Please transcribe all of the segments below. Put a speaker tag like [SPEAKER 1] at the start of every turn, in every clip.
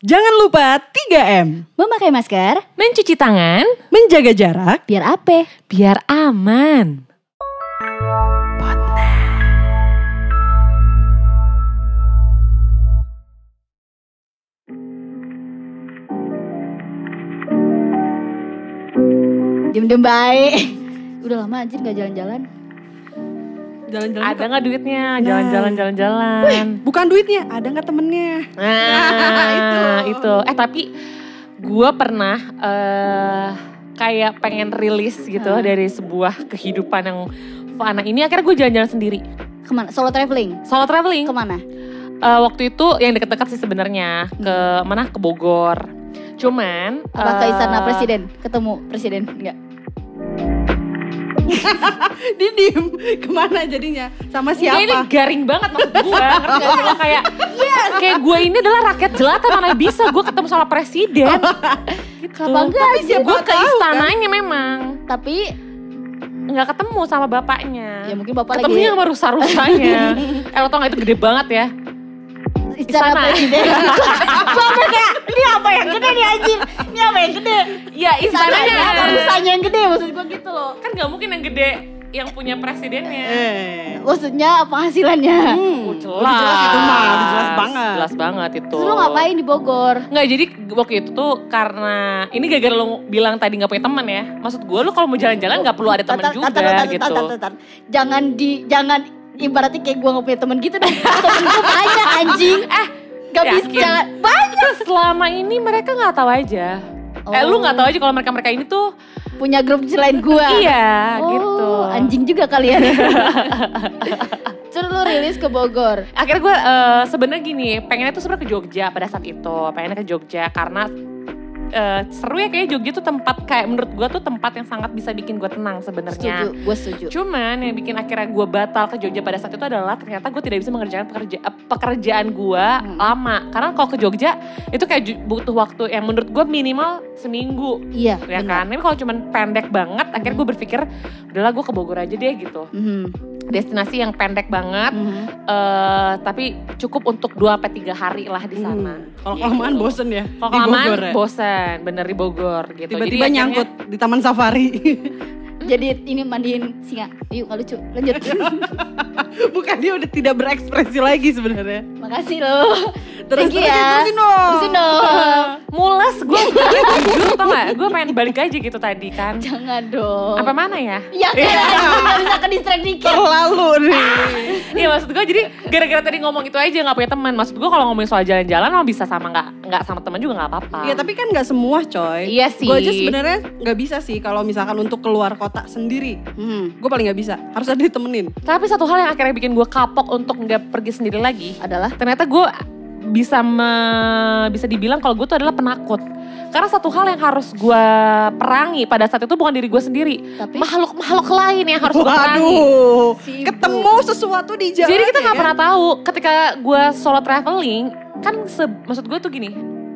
[SPEAKER 1] Jangan lupa 3M.
[SPEAKER 2] Memakai masker,
[SPEAKER 3] mencuci tangan,
[SPEAKER 1] menjaga jarak,
[SPEAKER 2] biar apa?
[SPEAKER 3] biar aman.
[SPEAKER 2] Diem-diem baik. Udah lama anjir gak jalan-jalan.
[SPEAKER 1] Jalan-jalan.
[SPEAKER 3] Ada nggak duitnya? Jalan-jalan.
[SPEAKER 1] Bukan duitnya, ada nggak temennya?
[SPEAKER 3] Nah, itu. Tapi gue pernah kayak pengen rilis gitu dari sebuah kehidupan yang fana ini. Akhirnya gue jalan-jalan sendiri.
[SPEAKER 2] Kemana? Solo traveling?
[SPEAKER 3] Solo traveling.
[SPEAKER 2] Kemana?
[SPEAKER 3] Waktu itu yang deket-deket sih sebenarnya ke mana? Ke Bogor. Cuman
[SPEAKER 2] Apa ke istana presiden? Ketemu presiden? Enggak.
[SPEAKER 1] Dia diem, kemana jadinya? Sama siapa?
[SPEAKER 3] Ini garing banget maksud gue. Ngerti gak sih lo kayak kayak gue ini adalah rakyat jelata, mana bisa gue ketemu sama presiden. Gitu.
[SPEAKER 2] Kenapa enggak?
[SPEAKER 1] Tapi siapa
[SPEAKER 3] Gue ke
[SPEAKER 1] tahu,
[SPEAKER 3] istananya memang.
[SPEAKER 2] Tapi
[SPEAKER 3] Nggak ketemu sama bapaknya.
[SPEAKER 2] ya mungkin bapak
[SPEAKER 3] Ketemunya
[SPEAKER 2] lagi
[SPEAKER 3] sama rusa-rusanya. Lo tau gak itu gede banget ya?
[SPEAKER 2] istana presiden. Bapak kayak, ini apa yang gede nih anjir? Ini apa yang gede?
[SPEAKER 3] Ya
[SPEAKER 2] Istananya
[SPEAKER 3] istananya.
[SPEAKER 2] apa rusanya yang gede? Maksud gue gitu loh.
[SPEAKER 3] Kan gak mungkin yang gede yang punya presidennya.
[SPEAKER 2] Maksudnya penghasilannya.
[SPEAKER 3] Jelas.
[SPEAKER 1] Jelas itu mah, udah jelas banget.
[SPEAKER 3] Jelas banget itu.
[SPEAKER 2] Terus lo ngapain di Bogor?
[SPEAKER 3] Nggak, jadi waktu itu tuh karena ini gara-gara lo bilang tadi nggak punya teman ya. Maksud gue lo kalau mau jalan-jalan nggak perlu ada teman juga gitu.
[SPEAKER 2] Jangan ibaratnya kayak gue gak punya temen gitu dong. Temen gue banyak anjing. Gak bisa
[SPEAKER 3] yakin?
[SPEAKER 2] jangan banyak.
[SPEAKER 3] Selama ini mereka nggak tahu aja. Lu nggak tahu aja kalau mereka ini tuh
[SPEAKER 2] punya grup selain gue.
[SPEAKER 3] iya gitu.
[SPEAKER 2] Anjing juga kalian. Terus lu rilis ke Bogor.
[SPEAKER 3] Akhirnya gue sebenarnya gini, pengennya tuh sebenarnya ke Jogja pada saat itu. Pengennya ke Jogja karena seru ya, kayak Jogja tuh tempat kayak menurut gue tuh tempat yang sangat bisa bikin gue tenang sebenarnya.
[SPEAKER 2] Gue setuju.
[SPEAKER 3] Cuman yang bikin akhirnya gue batal ke Jogja pada saat itu adalah ternyata gue tidak bisa mengerjakan pekerjaan gue lama. Karena kalau ke Jogja itu kayak butuh waktu yang menurut gue minimal seminggu.
[SPEAKER 2] Iya.
[SPEAKER 3] Ya kan, tapi kalau cuman pendek banget, akhirnya gue berpikir udahlah gue ke Bogor aja deh gitu. Destinasi yang pendek banget, tapi cukup untuk 2-3 hari lah di sana.
[SPEAKER 1] Kalau kelamaan bosen ya.
[SPEAKER 3] Kalau
[SPEAKER 1] di
[SPEAKER 3] kelamaan
[SPEAKER 1] Bogor ya?
[SPEAKER 3] bosen, bener di Bogor gitu.
[SPEAKER 1] Tiba-tiba
[SPEAKER 3] Jadi
[SPEAKER 1] nyangkut di Taman Safari.
[SPEAKER 2] Jadi ini mandiin singa. Yuk gak lucu. Lanjut.
[SPEAKER 1] Bukan, dia udah tidak berekspresi lagi sebenarnya.
[SPEAKER 2] Makasih loh.
[SPEAKER 1] Terusin
[SPEAKER 2] Terusin dong.
[SPEAKER 3] mules gue jujur tau gak, gue pengen balik aja gitu tadi kan.
[SPEAKER 2] Jangan dong.
[SPEAKER 3] Apa mana ya?
[SPEAKER 2] Ya kan gak bisa ke distract dikit.
[SPEAKER 1] Terlalu nih.
[SPEAKER 3] Iya maksud gue jadi gara-gara tadi ngomong itu aja gak punya teman. Maksud gue kalau ngomongin soal jalan-jalan mau bisa sama gak sama teman juga gak apa-apa.
[SPEAKER 1] Iya, tapi kan gak semua coy.
[SPEAKER 3] Iya sih.
[SPEAKER 1] Gue aja sebenarnya gak bisa sih kalau misalkan untuk keluar kota sendiri. Gue paling gak bisa, harus ada ditemenin.
[SPEAKER 3] Tapi satu hal yang akhirnya bikin gue kapok untuk gak pergi sendiri lagi
[SPEAKER 2] Adalah?
[SPEAKER 3] ternyata gue bisa dibilang kalau gue tuh adalah penakut. Karena satu hal yang harus gue perangi pada saat itu bukan diri gue sendiri,
[SPEAKER 2] Tapi?
[SPEAKER 3] makhluk lain yang harus gue perangi.
[SPEAKER 1] Waduh,
[SPEAKER 2] Sibuk.
[SPEAKER 1] ketemu sesuatu di jalan.
[SPEAKER 3] Jadi kita nggak
[SPEAKER 1] ya
[SPEAKER 3] pernah tahu ketika gue solo traveling kan maksud gue tuh gini.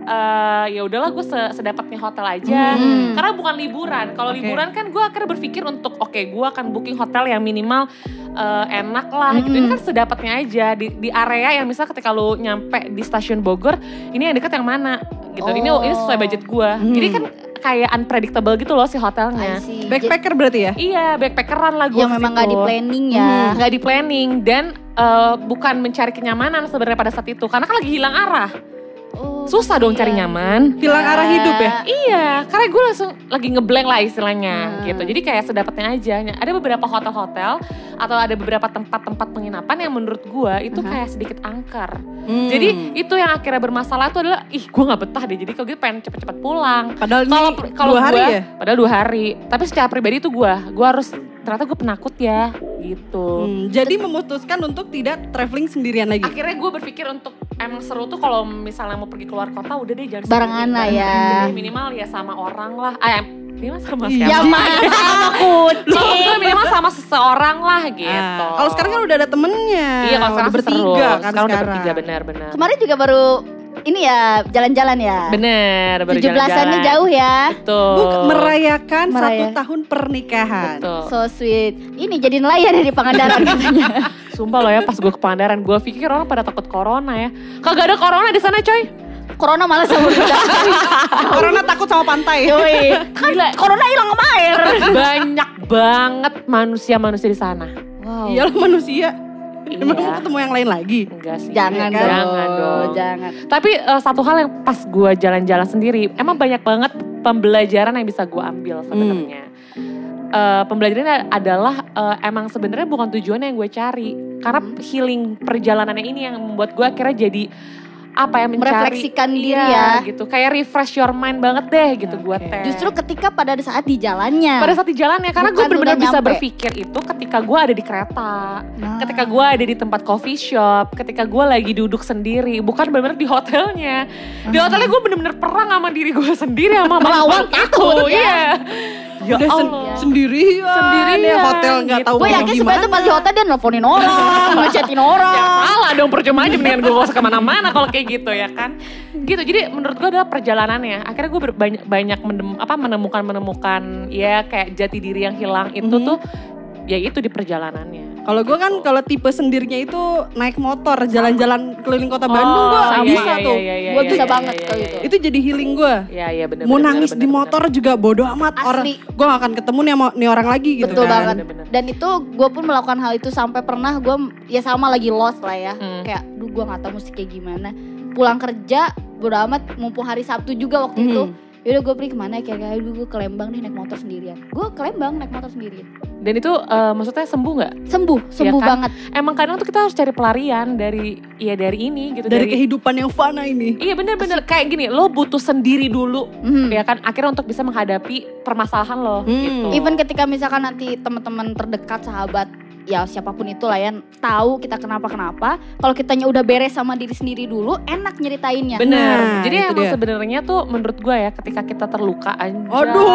[SPEAKER 3] Ya udahlah gue sedapatnya hotel aja karena bukan liburan. Kalau liburan kan gue akhirnya berpikir untuk gue akan booking hotel yang minimal enak lah gitu. Ini kan sedapatnya aja di area yang misal ketika lo nyampe di stasiun Bogor, ini yang dekat yang mana gitu. Ini sesuai budget gue. Jadi kan kayak unpredictable gitu loh si hotelnya.
[SPEAKER 1] Backpacker berarti ya?
[SPEAKER 3] Iya, backpackeran lah gue.
[SPEAKER 2] Yang memang gak di planning ya.
[SPEAKER 3] Gak di planning dan bukan mencari kenyamanan sebenarnya pada saat itu karena kan lagi hilang arah. Susah dong cari nyaman.
[SPEAKER 1] Hilang arah hidup ya?
[SPEAKER 3] Iya, karena gue langsung lagi ngeblank lah istilahnya gitu. Jadi kayak sedapatnya aja. Ada beberapa hotel-hotel atau ada beberapa tempat-tempat penginapan yang menurut gue itu kayak sedikit angker. Jadi itu yang akhirnya bermasalah itu adalah, gue gak betah deh. Jadi kalau gitu pengen cepet-cepet pulang.
[SPEAKER 1] Padahal
[SPEAKER 3] Kalau
[SPEAKER 1] 2 hari ya?
[SPEAKER 3] Padahal 2 hari. Tapi secara pribadi itu gue harus, ternyata gue penakut ya gitu.
[SPEAKER 1] Jadi memutuskan untuk tidak traveling sendirian lagi.
[SPEAKER 3] Akhirnya gue berpikir untuk emang seru tuh kalau misalnya mau pergi keluar kota udah deh jangan
[SPEAKER 2] Barengan lah ya.
[SPEAKER 3] Jadi minimal ya sama orang lah. Minimal sama
[SPEAKER 2] Ya
[SPEAKER 3] siapa?
[SPEAKER 2] mas sama kucing.
[SPEAKER 3] Loh, minimal sama seseorang lah gitu.
[SPEAKER 1] Kalau sekarang kan udah ada temennya.
[SPEAKER 3] Iya, kalau sekarang
[SPEAKER 1] udah bertiga
[SPEAKER 3] seru.
[SPEAKER 1] kan
[SPEAKER 3] Sekarang udah bertiga, benar-benar.
[SPEAKER 2] Kemarin juga baru ini ya jalan-jalan ya.
[SPEAKER 3] Bener, baru
[SPEAKER 2] 17-annya
[SPEAKER 3] jalan-jalan.
[SPEAKER 2] jauh ya.
[SPEAKER 3] Betul.
[SPEAKER 1] Merayakan 1 tahun pernikahan.
[SPEAKER 3] Betul.
[SPEAKER 2] So sweet. Ini jadi nelayan ya di Pangandaran katanya.
[SPEAKER 3] Sumpah loh ya, pas gue ke Pangandaran, gue pikir orang pada takut corona ya. Kagak ada corona di sana coy.
[SPEAKER 2] Corona malah sama kita.
[SPEAKER 1] Corona takut sama pantai.
[SPEAKER 2] Yoi. Kan Corona hilang sama air.
[SPEAKER 3] Banyak banget manusia-manusia di sana.
[SPEAKER 2] Wow.
[SPEAKER 1] Iyalah manusia.
[SPEAKER 3] Iya.
[SPEAKER 1] Emang mau ketemu yang lain lagi?
[SPEAKER 3] Enggak sih.
[SPEAKER 2] Jangan
[SPEAKER 1] kan?
[SPEAKER 2] dong. Jangan.
[SPEAKER 3] Tapi satu hal yang pas gue jalan-jalan sendiri, emang banyak banget pembelajaran yang bisa gue ambil sebenarnya. Pembelajarannya adalah emang sebenarnya bukan tujuan yang gue cari, karena healing perjalanannya ini yang membuat gue akhirnya jadi apa ya, mencari
[SPEAKER 2] merefleksikan diri ya.
[SPEAKER 3] gitu, kayak refresh your mind banget deh gitu gue teh.
[SPEAKER 2] Justru ketika pada saat di jalannya.
[SPEAKER 3] Pada saat di jalannya, karena gue
[SPEAKER 2] Bukan
[SPEAKER 3] benar-benar
[SPEAKER 2] udah
[SPEAKER 3] bisa
[SPEAKER 2] nyampe.
[SPEAKER 3] berpikir itu ketika gue ada di kereta, ketika gue ada di tempat coffee shop, ketika gue lagi duduk sendiri, bukan benar-benar di hotelnya. Di hotelnya gue benar-benar perang sama diri gue sendiri, sama
[SPEAKER 2] Melawan takut,
[SPEAKER 3] itu. Iya. Ya
[SPEAKER 1] Udah
[SPEAKER 3] Allah.
[SPEAKER 1] sendirian.
[SPEAKER 3] Sendirian,
[SPEAKER 1] Ya, hotel nggak
[SPEAKER 3] gitu.
[SPEAKER 1] tahu
[SPEAKER 2] Gue
[SPEAKER 1] mau
[SPEAKER 2] yakin sebenarnya tuh pas di
[SPEAKER 1] gimana.
[SPEAKER 2] hotel dia nelfonin orang, ngechatin orang.
[SPEAKER 3] Ya salah dong, percuma aja mendingan gue gak usah kemana-mana kalau kayak gitu ya kan. Gitu, jadi menurut gue adalah perjalanannya. Akhirnya gue banyak menemukan ya kayak jati diri yang hilang itu tuh ya itu di perjalanannya.
[SPEAKER 1] Kalau gue kan kalau tipe sendirinya itu naik motor jalan-jalan keliling kota Bandung gue
[SPEAKER 3] iya,
[SPEAKER 1] bisa
[SPEAKER 3] iya,
[SPEAKER 1] tuh.
[SPEAKER 3] iya, iya,
[SPEAKER 2] Gue
[SPEAKER 3] iya,
[SPEAKER 2] bisa
[SPEAKER 3] iya,
[SPEAKER 2] banget
[SPEAKER 3] iya,
[SPEAKER 2] kalau
[SPEAKER 3] iya,
[SPEAKER 2] itu.
[SPEAKER 3] iya.
[SPEAKER 1] Itu jadi healing gue.
[SPEAKER 3] Iya benar.
[SPEAKER 1] Mau nangis di motor juga bodo amat.
[SPEAKER 2] Asli.
[SPEAKER 1] Gue gak akan ketemu nih orang lagi gitu
[SPEAKER 2] Betul
[SPEAKER 1] kan.
[SPEAKER 2] banget.
[SPEAKER 3] Bener-bener.
[SPEAKER 2] Dan itu gue pun melakukan hal itu sampai pernah gue ya sama lagi lost lah ya.
[SPEAKER 3] Hmm.
[SPEAKER 2] Kayak duh gue gak tahu mesti kayak gimana. Pulang kerja bodo amat, mumpung hari Sabtu juga waktu itu. Yaudah gue pergi kemana ya, kayak gue ke Lembang nih naik motor sendirian. Gue ke Lembang naik motor sendirian.
[SPEAKER 3] Dan itu maksudnya sembuh nggak?
[SPEAKER 2] Sembuh
[SPEAKER 3] Iya kan?
[SPEAKER 2] banget.
[SPEAKER 3] Emang kadang tuh kita harus cari pelarian dari ini gitu.
[SPEAKER 1] Dari kehidupan yang fana ini.
[SPEAKER 3] Iya bener-bener kayak gini, lo butuh sendiri dulu ya kan, akhirnya untuk bisa menghadapi permasalahan lo gitu.
[SPEAKER 2] Even ketika misalkan nanti teman-teman terdekat, sahabat, ya siapapun itulah ya, tahu kita kenapa-kenapa, kalau kitanya udah beres sama diri sendiri dulu, enak nyeritainnya.
[SPEAKER 3] Bener.
[SPEAKER 1] Nah,
[SPEAKER 3] Jadi
[SPEAKER 1] itu
[SPEAKER 3] emang
[SPEAKER 1] dia.
[SPEAKER 3] sebenarnya tuh menurut gue ya, ketika kita terluka anjay.
[SPEAKER 1] Aduh,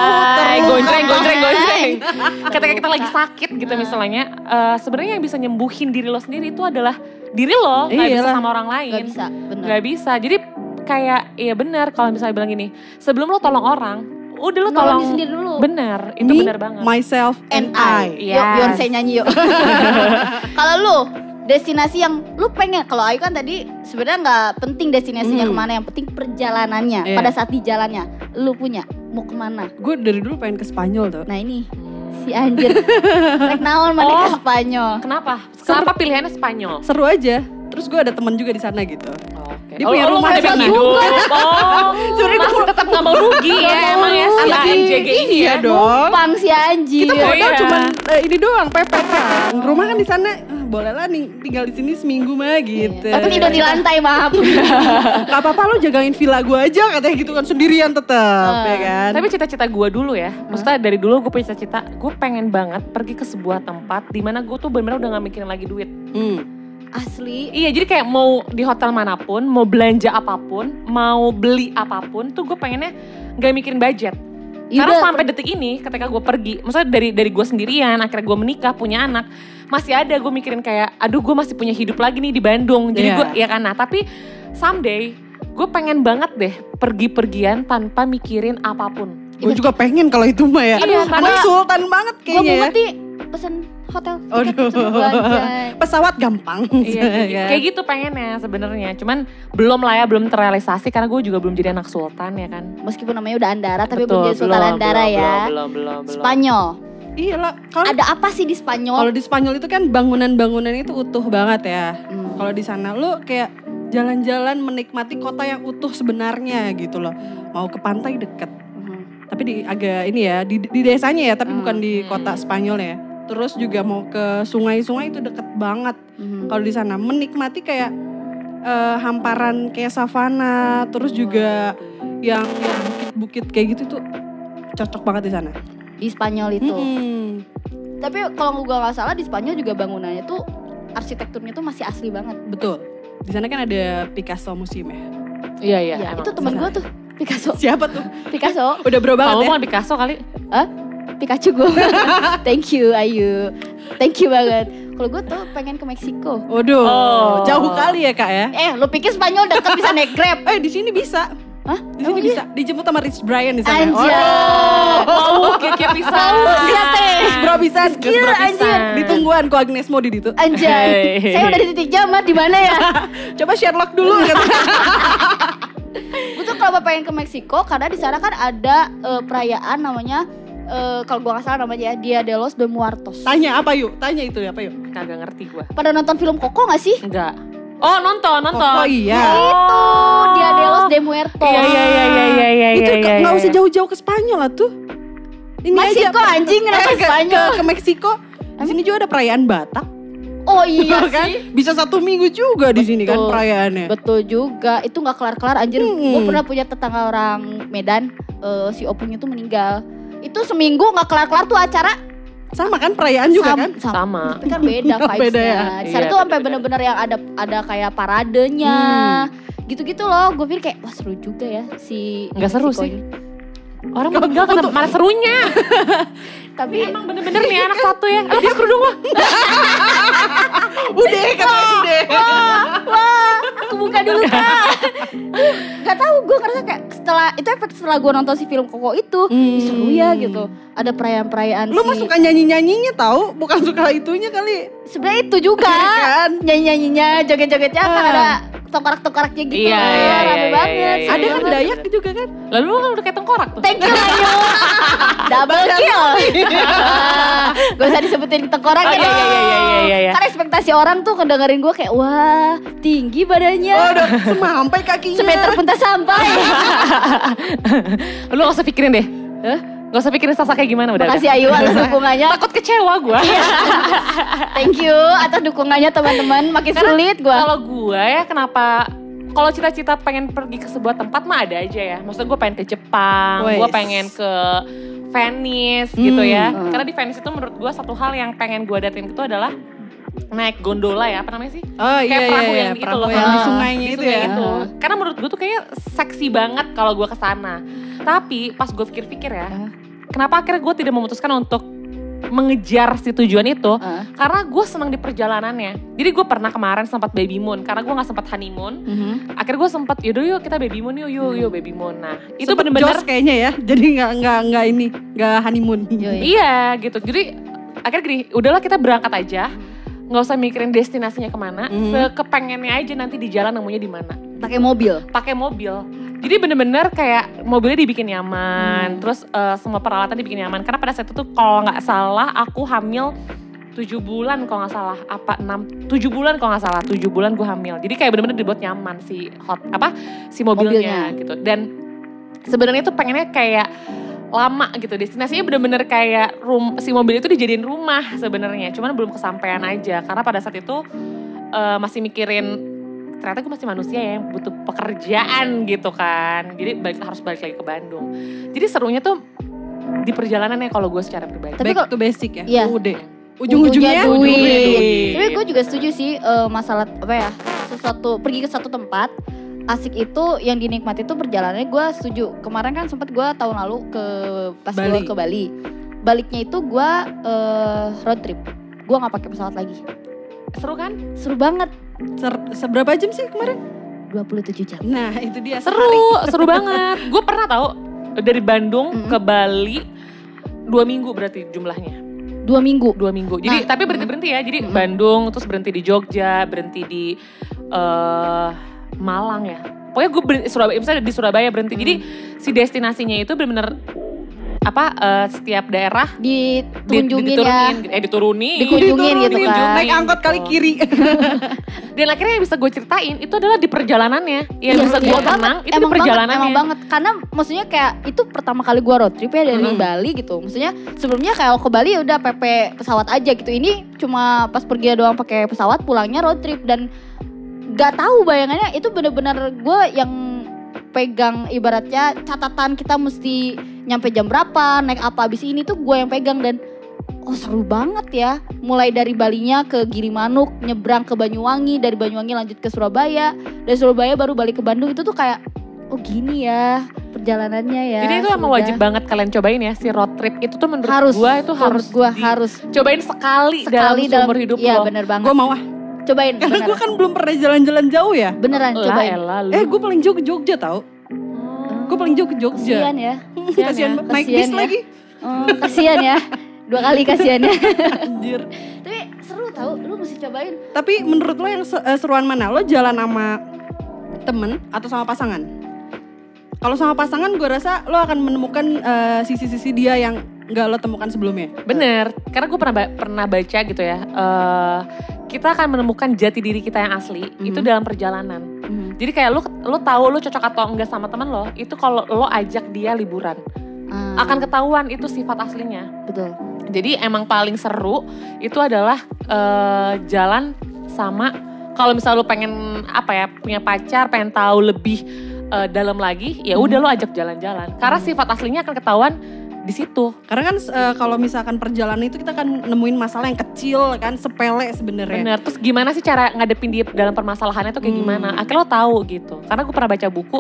[SPEAKER 3] gonjreng. Ketika kita lagi sakit gitu misalnya, sebenarnya yang bisa nyembuhin diri lo sendiri itu adalah diri lo, nggak bisa
[SPEAKER 1] Iyalah.
[SPEAKER 3] sama orang lain.
[SPEAKER 2] Gak bisa, bener.
[SPEAKER 3] Nggak bisa. Jadi kayak iya benar kalau misalnya bilang gini, sebelum lo tolong orang, udah lo
[SPEAKER 2] Nolong
[SPEAKER 3] tolong
[SPEAKER 2] diri sendiri dulu.
[SPEAKER 3] Bener, itu
[SPEAKER 1] Me,
[SPEAKER 3] benar banget.
[SPEAKER 1] myself, and I.
[SPEAKER 3] Yes.
[SPEAKER 2] Yuk Beyonce nyanyi yuk. Kalau lu destinasi yang lu pengen, kalau Ayu kan tadi sebenarnya nggak penting destinasinya kemana, yang penting perjalanannya.
[SPEAKER 1] Iya.
[SPEAKER 2] Pada saat di jalannya, lu punya mau kemana?
[SPEAKER 1] Gue dari dulu pengen ke Spanyol tuh.
[SPEAKER 2] Nah ini si anjir, rek naon mana ke Spanyol.
[SPEAKER 3] Kenapa? Kenapa pilihannya Spanyol?
[SPEAKER 1] Seru aja. Terus gue ada teman juga di sana gitu.
[SPEAKER 3] Oke.
[SPEAKER 1] Dia punya rumah
[SPEAKER 3] ada
[SPEAKER 1] di sana.
[SPEAKER 3] hidup. Oh, masih tetap gak mau rugi ya emang ya si
[SPEAKER 1] Anak
[SPEAKER 3] ANJG ini
[SPEAKER 1] iya
[SPEAKER 3] ya.
[SPEAKER 1] dong.
[SPEAKER 2] Numpang si anjir.
[SPEAKER 1] Kita modal
[SPEAKER 3] Iya.
[SPEAKER 1] cuman ini doang, pepet kan. Rumah kan di sana, boleh lah nih tinggal di sini seminggu mah gitu.
[SPEAKER 2] Tapi tidur di lantai maaf.
[SPEAKER 1] Gak apa-apa lo jagain villa gue aja katanya gitu kan, sendirian tetap ya kan.
[SPEAKER 3] Tapi cita-cita gue dulu ya, maksudnya dari dulu gue punya cita-cita, gue pengen banget pergi ke sebuah tempat di mana gue tuh benar-benar udah gak mikirin lagi duit.
[SPEAKER 2] Asli.
[SPEAKER 3] Iya, jadi kayak mau di hotel manapun, mau belanja apapun, mau beli apapun, tuh gue pengennya gak mikirin budget. Karena
[SPEAKER 2] Yaudah,
[SPEAKER 3] sampai detik ini ketika gue pergi, maksudnya dari gue sendirian, akhirnya gue menikah, punya anak, masih ada gue mikirin kayak, aduh gue masih punya hidup lagi nih di Bandung. Jadi gue, ya kan, nah tapi someday gue pengen banget deh pergi-pergian tanpa mikirin apapun.
[SPEAKER 1] Gue juga pengen kalau itu mah ya.
[SPEAKER 3] Iya,
[SPEAKER 1] Anak
[SPEAKER 3] karena-
[SPEAKER 1] sultan banget
[SPEAKER 2] gue
[SPEAKER 1] kayaknya
[SPEAKER 2] mau
[SPEAKER 1] ya.
[SPEAKER 2] ngerti pesen hotel. tiket,
[SPEAKER 1] Aduh.
[SPEAKER 2] pesen belanja.
[SPEAKER 1] Pesawat gampang.
[SPEAKER 3] Iya, kayak gitu pengennya sebenarnya. Cuman belum lah ya, belum terrealisasi karena gue juga belum jadi anak sultan ya kan.
[SPEAKER 2] Meskipun namanya udah Andara tapi
[SPEAKER 3] Betul,
[SPEAKER 2] belum jadi Sultan Andara ya.
[SPEAKER 3] Belum.
[SPEAKER 2] Spanyol.
[SPEAKER 1] Iya lah. Kalau
[SPEAKER 2] Ada apa sih di Spanyol?
[SPEAKER 1] kalau di Spanyol itu kan bangunan-bangunan itu utuh banget ya.
[SPEAKER 2] Hmm.
[SPEAKER 1] Kalau di sana lo kayak jalan-jalan menikmati kota yang utuh sebenarnya gitu loh. Mau ke pantai deket. Tapi di agak ini ya, di desanya ya, tapi bukan di kota Spanyol ya. Terus juga mau ke sungai-sungai itu deket banget. Kalau di sana menikmati kayak hamparan kayak savana, terus juga yang bukit-bukit kayak gitu tuh cocok banget di sana.
[SPEAKER 2] Di Spanyol itu.
[SPEAKER 1] Mm-mm.
[SPEAKER 2] Tapi kalau gue nggak salah di Spanyol juga bangunannya tuh arsitekturnya tuh masih asli banget.
[SPEAKER 1] Betul. Di sana kan ada Picasso Museum ya.
[SPEAKER 3] Iya,
[SPEAKER 2] Ya,
[SPEAKER 3] emang.
[SPEAKER 2] itu temen gue tuh Picasso.
[SPEAKER 1] Siapa tuh?
[SPEAKER 2] Picasso.
[SPEAKER 1] Udah bro banget
[SPEAKER 3] Kamu
[SPEAKER 1] ya.
[SPEAKER 3] bukan Picasso kali?
[SPEAKER 2] Pikachu gue. Thank you Ayu. Thank you banget. Kalau gue tuh pengen ke Meksiko.
[SPEAKER 1] Waduh,
[SPEAKER 3] Oh.
[SPEAKER 1] jauh kali ya kak ya.
[SPEAKER 2] Lu pikir Spanyol deket bisa naik Grab?
[SPEAKER 1] Di sini bisa.
[SPEAKER 2] Hah?
[SPEAKER 1] Di sini bisa. Dijemput sama Rich Brian di sana.
[SPEAKER 2] Anjay.
[SPEAKER 3] Mau kiki bisa.
[SPEAKER 2] Iya teh.
[SPEAKER 1] Bro bisa.
[SPEAKER 2] Gila, anjir.
[SPEAKER 1] Ditungguan ku Agnes mau di situ.
[SPEAKER 2] Anjay.
[SPEAKER 3] Hey.
[SPEAKER 2] Saya udah di titik jamat di mana ya?
[SPEAKER 1] Coba Sherlock dulu.
[SPEAKER 2] kenapa pengen ke Meksiko karena di sana kan ada perayaan namanya kalau gua nggak salah namanya Dia de los Muertos.
[SPEAKER 1] Tanya apa yuk? Tanya itu apa yuk?
[SPEAKER 3] Kagak ngerti gue.
[SPEAKER 2] Pada nonton film Coco nggak sih?
[SPEAKER 3] Enggak. Oh nonton.
[SPEAKER 1] Oh iya.
[SPEAKER 2] Itu Dia de los Muertos.
[SPEAKER 3] Iya.
[SPEAKER 1] Itu nggak usah jauh-jauh ke Spanyol lah tuh. Ini
[SPEAKER 2] Meksiko
[SPEAKER 1] aja,
[SPEAKER 2] anjing kenapa Spanyol?
[SPEAKER 1] Ke Meksiko. Di sini juga ada perayaan Batak.
[SPEAKER 2] Oh iya
[SPEAKER 1] kan?
[SPEAKER 2] sih.
[SPEAKER 1] Bisa 1 minggu juga di sini kan
[SPEAKER 2] Betul.
[SPEAKER 1] perayaannya.
[SPEAKER 2] Betul juga. Itu nggak kelar-kelar anjir. Gue pernah punya tetangga orang Medan, si opung itu meninggal. Itu seminggu nggak kelar-kelar tuh acara.
[SPEAKER 1] Sama kan perayaan juga kan?
[SPEAKER 3] Sama.
[SPEAKER 2] Tapi kan beda vibes-nya.
[SPEAKER 1] Beda ya?
[SPEAKER 2] Di sana
[SPEAKER 3] Iya,
[SPEAKER 2] tuh sampai
[SPEAKER 3] beda.
[SPEAKER 2] bener-bener yang ada kayak paradenya. Gitu-gitu loh. Gue pikir kayak wah seru juga ya si
[SPEAKER 3] Nggak seru
[SPEAKER 2] Meksiko
[SPEAKER 3] sih.
[SPEAKER 2] ini.
[SPEAKER 3] Orang meninggal kenapa mana serunya?
[SPEAKER 2] Tapi
[SPEAKER 3] Emang bener-bener nih anak satu ya. Lepas kerudung lo.
[SPEAKER 1] Udah katanya udah.
[SPEAKER 2] wah, aku buka dulu Kak. Gak tahu gue ngerasa kayak setelah gue nonton si film Coco itu seru ya gitu. Ada perayaan-perayaan
[SPEAKER 1] Lu mah suka nyanyi-nyanyinya tahu, bukan suka itunya kali.
[SPEAKER 2] sebenarnya itu juga
[SPEAKER 1] Kan?
[SPEAKER 2] nyanyi-nyanyinya, joget-jogetnya kan ada tengkorak-tengkoraknya gitu. Rame banget.
[SPEAKER 3] iya.
[SPEAKER 1] Ada kan Dayak juga kan?
[SPEAKER 3] Lalu lu kan udah kayak tengkorak tuh.
[SPEAKER 2] Thank you Ayu. Double kill. Gak usah disebutin tengkorak ya.
[SPEAKER 3] Iya.
[SPEAKER 2] Karena ekspektasi orang tuh ngedengerin gue kayak wah tinggi badannya.
[SPEAKER 1] Oh, udah sampai kakinya.
[SPEAKER 2] Semeter pun tak sampai.
[SPEAKER 3] Lu gak usah pikirin deh. Gak usah pikirin Sasa kayak gimana udah.
[SPEAKER 2] Makasih Ayu atas dukungannya.
[SPEAKER 3] Takut kecewa gue.
[SPEAKER 2] Thank you atas dukungannya teman-teman. Makin sulit gue.
[SPEAKER 3] Kalau gue ya kenapa kalau cita-cita pengen pergi ke sebuah tempat mah ada aja ya. Maksudnya gue pengen ke Jepang, gue
[SPEAKER 1] Wes.
[SPEAKER 3] pengen ke Venice gitu ya. Karena di Venice itu menurut gue satu hal yang pengen gue datin itu adalah naik gondola ya, apa namanya sih?
[SPEAKER 1] Oh iya,
[SPEAKER 3] Kayak perahu
[SPEAKER 1] iya,
[SPEAKER 3] yang itu
[SPEAKER 1] perahu
[SPEAKER 3] loh.
[SPEAKER 1] yang di
[SPEAKER 2] Ah.
[SPEAKER 1] sungainya
[SPEAKER 3] Di
[SPEAKER 1] itu
[SPEAKER 3] sungai
[SPEAKER 1] ya.
[SPEAKER 3] itu. Karena menurut gue tuh kayaknya seksi banget kalau gue kesana. Tapi pas gue pikir-pikir ya, kenapa akhirnya gue tidak memutuskan untuk mengejar si tujuan itu? Karena gue senang di perjalanannya. Jadi gue pernah kemarin sempat baby moon, karena gue nggak sempat honeymoon. Akhirnya gue sempat yaudah yuk kita baby moon yuk baby moon. Nah itu
[SPEAKER 1] Sempet
[SPEAKER 3] bener-bener
[SPEAKER 1] jos kayaknya ya. Jadi nggak honeymoon.
[SPEAKER 3] iya gitu. Jadi akhirnya gini, udahlah kita berangkat aja. Nggak usah mikirin destinasinya kemana, sekepengennya aja nanti di jalan nemunya di mana.
[SPEAKER 2] Pakai mobil.
[SPEAKER 3] Pakai mobil. Jadi bener-bener kayak mobilnya dibikin nyaman, terus semua peralatan dibikin nyaman. Karena pada saat itu kalau nggak salah aku hamil 7 bulan kalau nggak salah, 7 bulan kalau nggak salah, 7 bulan gue hamil. Jadi kayak bener-bener dibuat nyaman si mobilnya gitu. Dan sebenarnya tuh pengennya kayak lama gitu, destinasinya bener-bener kayak si mobil itu dijadiin rumah sebenarnya, cuman belum kesampaian aja karena pada saat itu masih mikirin ternyata gue masih manusia ya yang butuh pekerjaan gitu kan, jadi harus balik lagi ke Bandung. Jadi serunya tuh di perjalanannya kalau gue secara pribadi.
[SPEAKER 2] Tapi
[SPEAKER 1] Back to basic ya.
[SPEAKER 2] Iya.
[SPEAKER 1] Udah. Ujung-ujungnya
[SPEAKER 2] duit. Tapi gue juga setuju sih masalah apa ya, pergi ke satu tempat asik itu yang dinikmati itu perjalanannya. Gue setuju. Kemarin kan sempat gue tahun lalu pas gue ke Bali. Baliknya itu gue road trip. Gue nggak pakai pesawat lagi.
[SPEAKER 3] Seru kan?
[SPEAKER 2] Seru banget.
[SPEAKER 1] Seberapa jam sih kemarin?
[SPEAKER 2] 27 jam.
[SPEAKER 1] Nah itu dia.
[SPEAKER 3] Seru banget. Gue pernah tahu dari Bandung ke Bali 2 minggu berarti jumlahnya.
[SPEAKER 2] 2 minggu.
[SPEAKER 3] 2 minggu. Jadi tapi berhenti ya. Jadi Bandung, terus berhenti di Jogja, berhenti di Malang ya. Pokoknya gue Surabaya, misalnya di Surabaya berhenti. Jadi si destinasinya itu benar-benar setiap daerah
[SPEAKER 2] dikunjungin ya.
[SPEAKER 3] dikunjungin
[SPEAKER 2] gitu kan.
[SPEAKER 1] Naik angkot kali kiri.
[SPEAKER 3] Dan akhirnya yang bisa gue ceritain itu adalah di perjalanannya. Yang bisa gue tenang itu di perjalanannya.
[SPEAKER 2] Emang banget. Karena maksudnya kayak itu pertama kali gue road trip ya dari Bali gitu. Maksudnya sebelumnya kayak ke Bali udah PP pesawat aja gitu. Ini cuma pas pergi doang pakai pesawat, pulangnya road trip. Dan gak tahu bayangannya itu bener-bener gue yang pegang, ibaratnya catatan kita mesti nyampe jam berapa, naik apa abis ini tuh gue yang pegang. Dan seru banget ya. Mulai dari Balinya ke Gilimanuk, nyebrang ke Banyuwangi, dari Banyuwangi lanjut ke Surabaya, dari Surabaya baru balik ke Bandung. Itu tuh kayak gini ya perjalanannya ya.
[SPEAKER 3] Jadi itu emang wajib banget kalian cobain ya, si road trip itu tuh menurut gue itu harus
[SPEAKER 2] cobain
[SPEAKER 3] sekali dalam seumur hidup
[SPEAKER 2] iya,
[SPEAKER 3] lo.
[SPEAKER 2] bener banget.
[SPEAKER 1] Gue mau
[SPEAKER 2] Cobain.
[SPEAKER 1] Karena gue kan belum pernah jalan-jalan jauh ya.
[SPEAKER 2] Beneran cobain.
[SPEAKER 1] Gue paling jauh ke Jogja tau. Gue paling jauh ke Jogja.
[SPEAKER 2] Kasian ya.
[SPEAKER 1] Kasian naik bis lagi.
[SPEAKER 2] Kasian ya. 2 kali kasiannya.
[SPEAKER 1] Anjir.
[SPEAKER 2] Tapi seru tau, lu mesti cobain.
[SPEAKER 1] Tapi menurut lo yang seruan mana? Lo jalan sama temen atau sama pasangan? Kalau sama pasangan gue rasa lo akan menemukan sisi-sisi dia yang nggak lo temukan sebelumnya.
[SPEAKER 3] Bener, karena gue pernah baca gitu ya. Kita akan menemukan jati diri kita yang asli itu dalam perjalanan. Jadi kayak lo tahu lo cocok atau enggak sama teman lo, itu kalau lo ajak dia liburan. Akan ketahuan itu sifat aslinya.
[SPEAKER 2] Betul.
[SPEAKER 3] Jadi emang paling seru itu adalah jalan sama, kalau misalnya lo pengen punya pacar, pengen tahu lebih dalam lagi, ya udah lo ajak jalan-jalan. Karena sifat aslinya akan ketahuan di situ.
[SPEAKER 1] Karena kan kalau misalkan perjalanan itu kita akan nemuin masalah yang kecil kan, sepele sebenarnya.
[SPEAKER 3] Bener. Terus gimana sih cara ngadepin dia dalam permasalahannya tuh kayak gimana? Akhirnya lo tahu gitu. Karena gue pernah baca buku,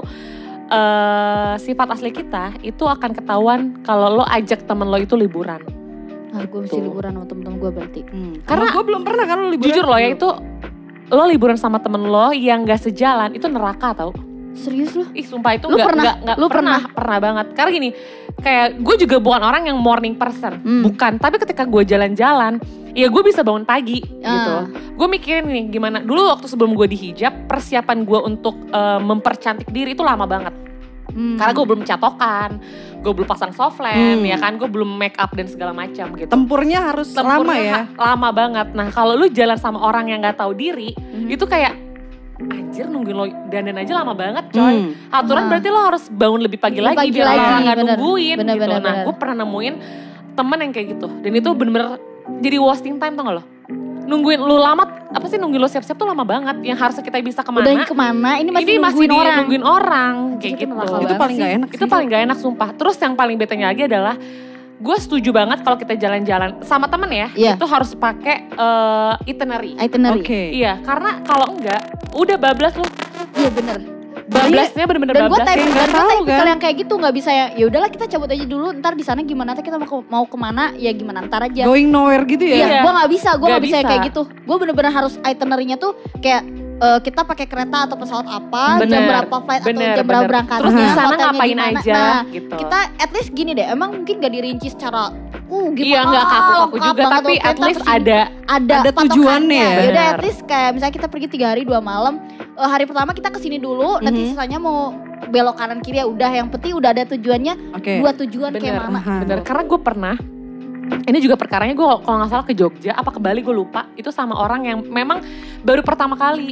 [SPEAKER 3] sifat asli kita itu akan ketahuan kalau lo ajak temen lo itu liburan.
[SPEAKER 2] Gue mesti liburan sama temen-temen gue berarti.
[SPEAKER 1] Karena gue belum pernah kan lo liburan.
[SPEAKER 3] Jujur lo ya, itu lo liburan sama temen lo yang gak sejalan itu neraka tau.
[SPEAKER 2] Serius lo?
[SPEAKER 3] Ih sumpah itu
[SPEAKER 2] Lu
[SPEAKER 3] pernah banget. Karena gini, kayak gue juga bukan orang yang morning person, bukan. Tapi ketika gue jalan-jalan, ya gue bisa bangun pagi gitu. Gue mikirin nih gimana. Dulu waktu sebelum gue dihijab, persiapan gue untuk mempercantik diri itu lama banget. Karena gue belum catokan, gue belum pasang soft lamp, ya kan, gue belum make up dan segala macam gitu.
[SPEAKER 1] Tempurnya harus lama ya.
[SPEAKER 3] Lama banget. Nah kalau lu jalan sama orang yang nggak tahu diri, itu kayak anjir nungguin lo dandan aja lama banget coy. Aturan berarti lo harus bangun lebih pagi lagi biar lo gak nungguin gitu. Nah gue pernah nemuin temen yang kayak gitu. Dan itu bener-bener jadi wasting time, tau gak lo? Nungguin lo lama, nungguin lo siap-siap tuh lama banget. Yang harusnya kita bisa kemana.
[SPEAKER 2] Udah kemana, ini masih
[SPEAKER 3] nungguin orang kayak gitu.
[SPEAKER 1] Itu paling gak enak sih.
[SPEAKER 3] Itu paling gak enak sumpah. Terus yang paling betenya lagi adalah, gue setuju banget kalau kita jalan-jalan sama temen ya, itu harus pakai itinerary.
[SPEAKER 1] Oke.
[SPEAKER 3] Iya, karena kalau enggak, udah bablas lu.
[SPEAKER 2] Iya bener.
[SPEAKER 3] Bablasnya bener-bener
[SPEAKER 2] dan
[SPEAKER 3] bablas.
[SPEAKER 2] Dan gue
[SPEAKER 1] tahu
[SPEAKER 2] tipikal
[SPEAKER 1] kan
[SPEAKER 2] yang kayak gitu, nggak bisa ya udahlah kita cabut aja dulu, ntar di sana gimana, ntar kita mau kemana ya gimana ntar aja.
[SPEAKER 1] Going nowhere gitu ya?
[SPEAKER 2] Iya, gue nggak bisa yang kayak gitu. Gue bener-bener harus itinerary-nya tuh kayak kita pakai kereta atau pesawat apa, jam berapa flight atau jam berapa berangkatnya,
[SPEAKER 3] terus di sana ngapain
[SPEAKER 2] dimana.
[SPEAKER 3] aja
[SPEAKER 2] nah,
[SPEAKER 3] gitu.
[SPEAKER 2] Kita at least gini deh, emang mungkin gak dirinci secara gimana.
[SPEAKER 3] Iya gak kaku-kaku juga, tapi at least
[SPEAKER 1] ada tujuannya.
[SPEAKER 2] Yaudah at least kayak misalnya kita pergi 3 hari 2 malam, hari pertama kita kesini dulu, nanti sisanya mau belok kanan kiri ya udah, yang penting udah ada tujuannya. 2 tujuan kayak mana.
[SPEAKER 3] Bener, karena gue pernah, ini juga perkaranya gue kalau gak salah ke Jogja apa ke Bali gue lupa, itu sama orang yang memang baru pertama kali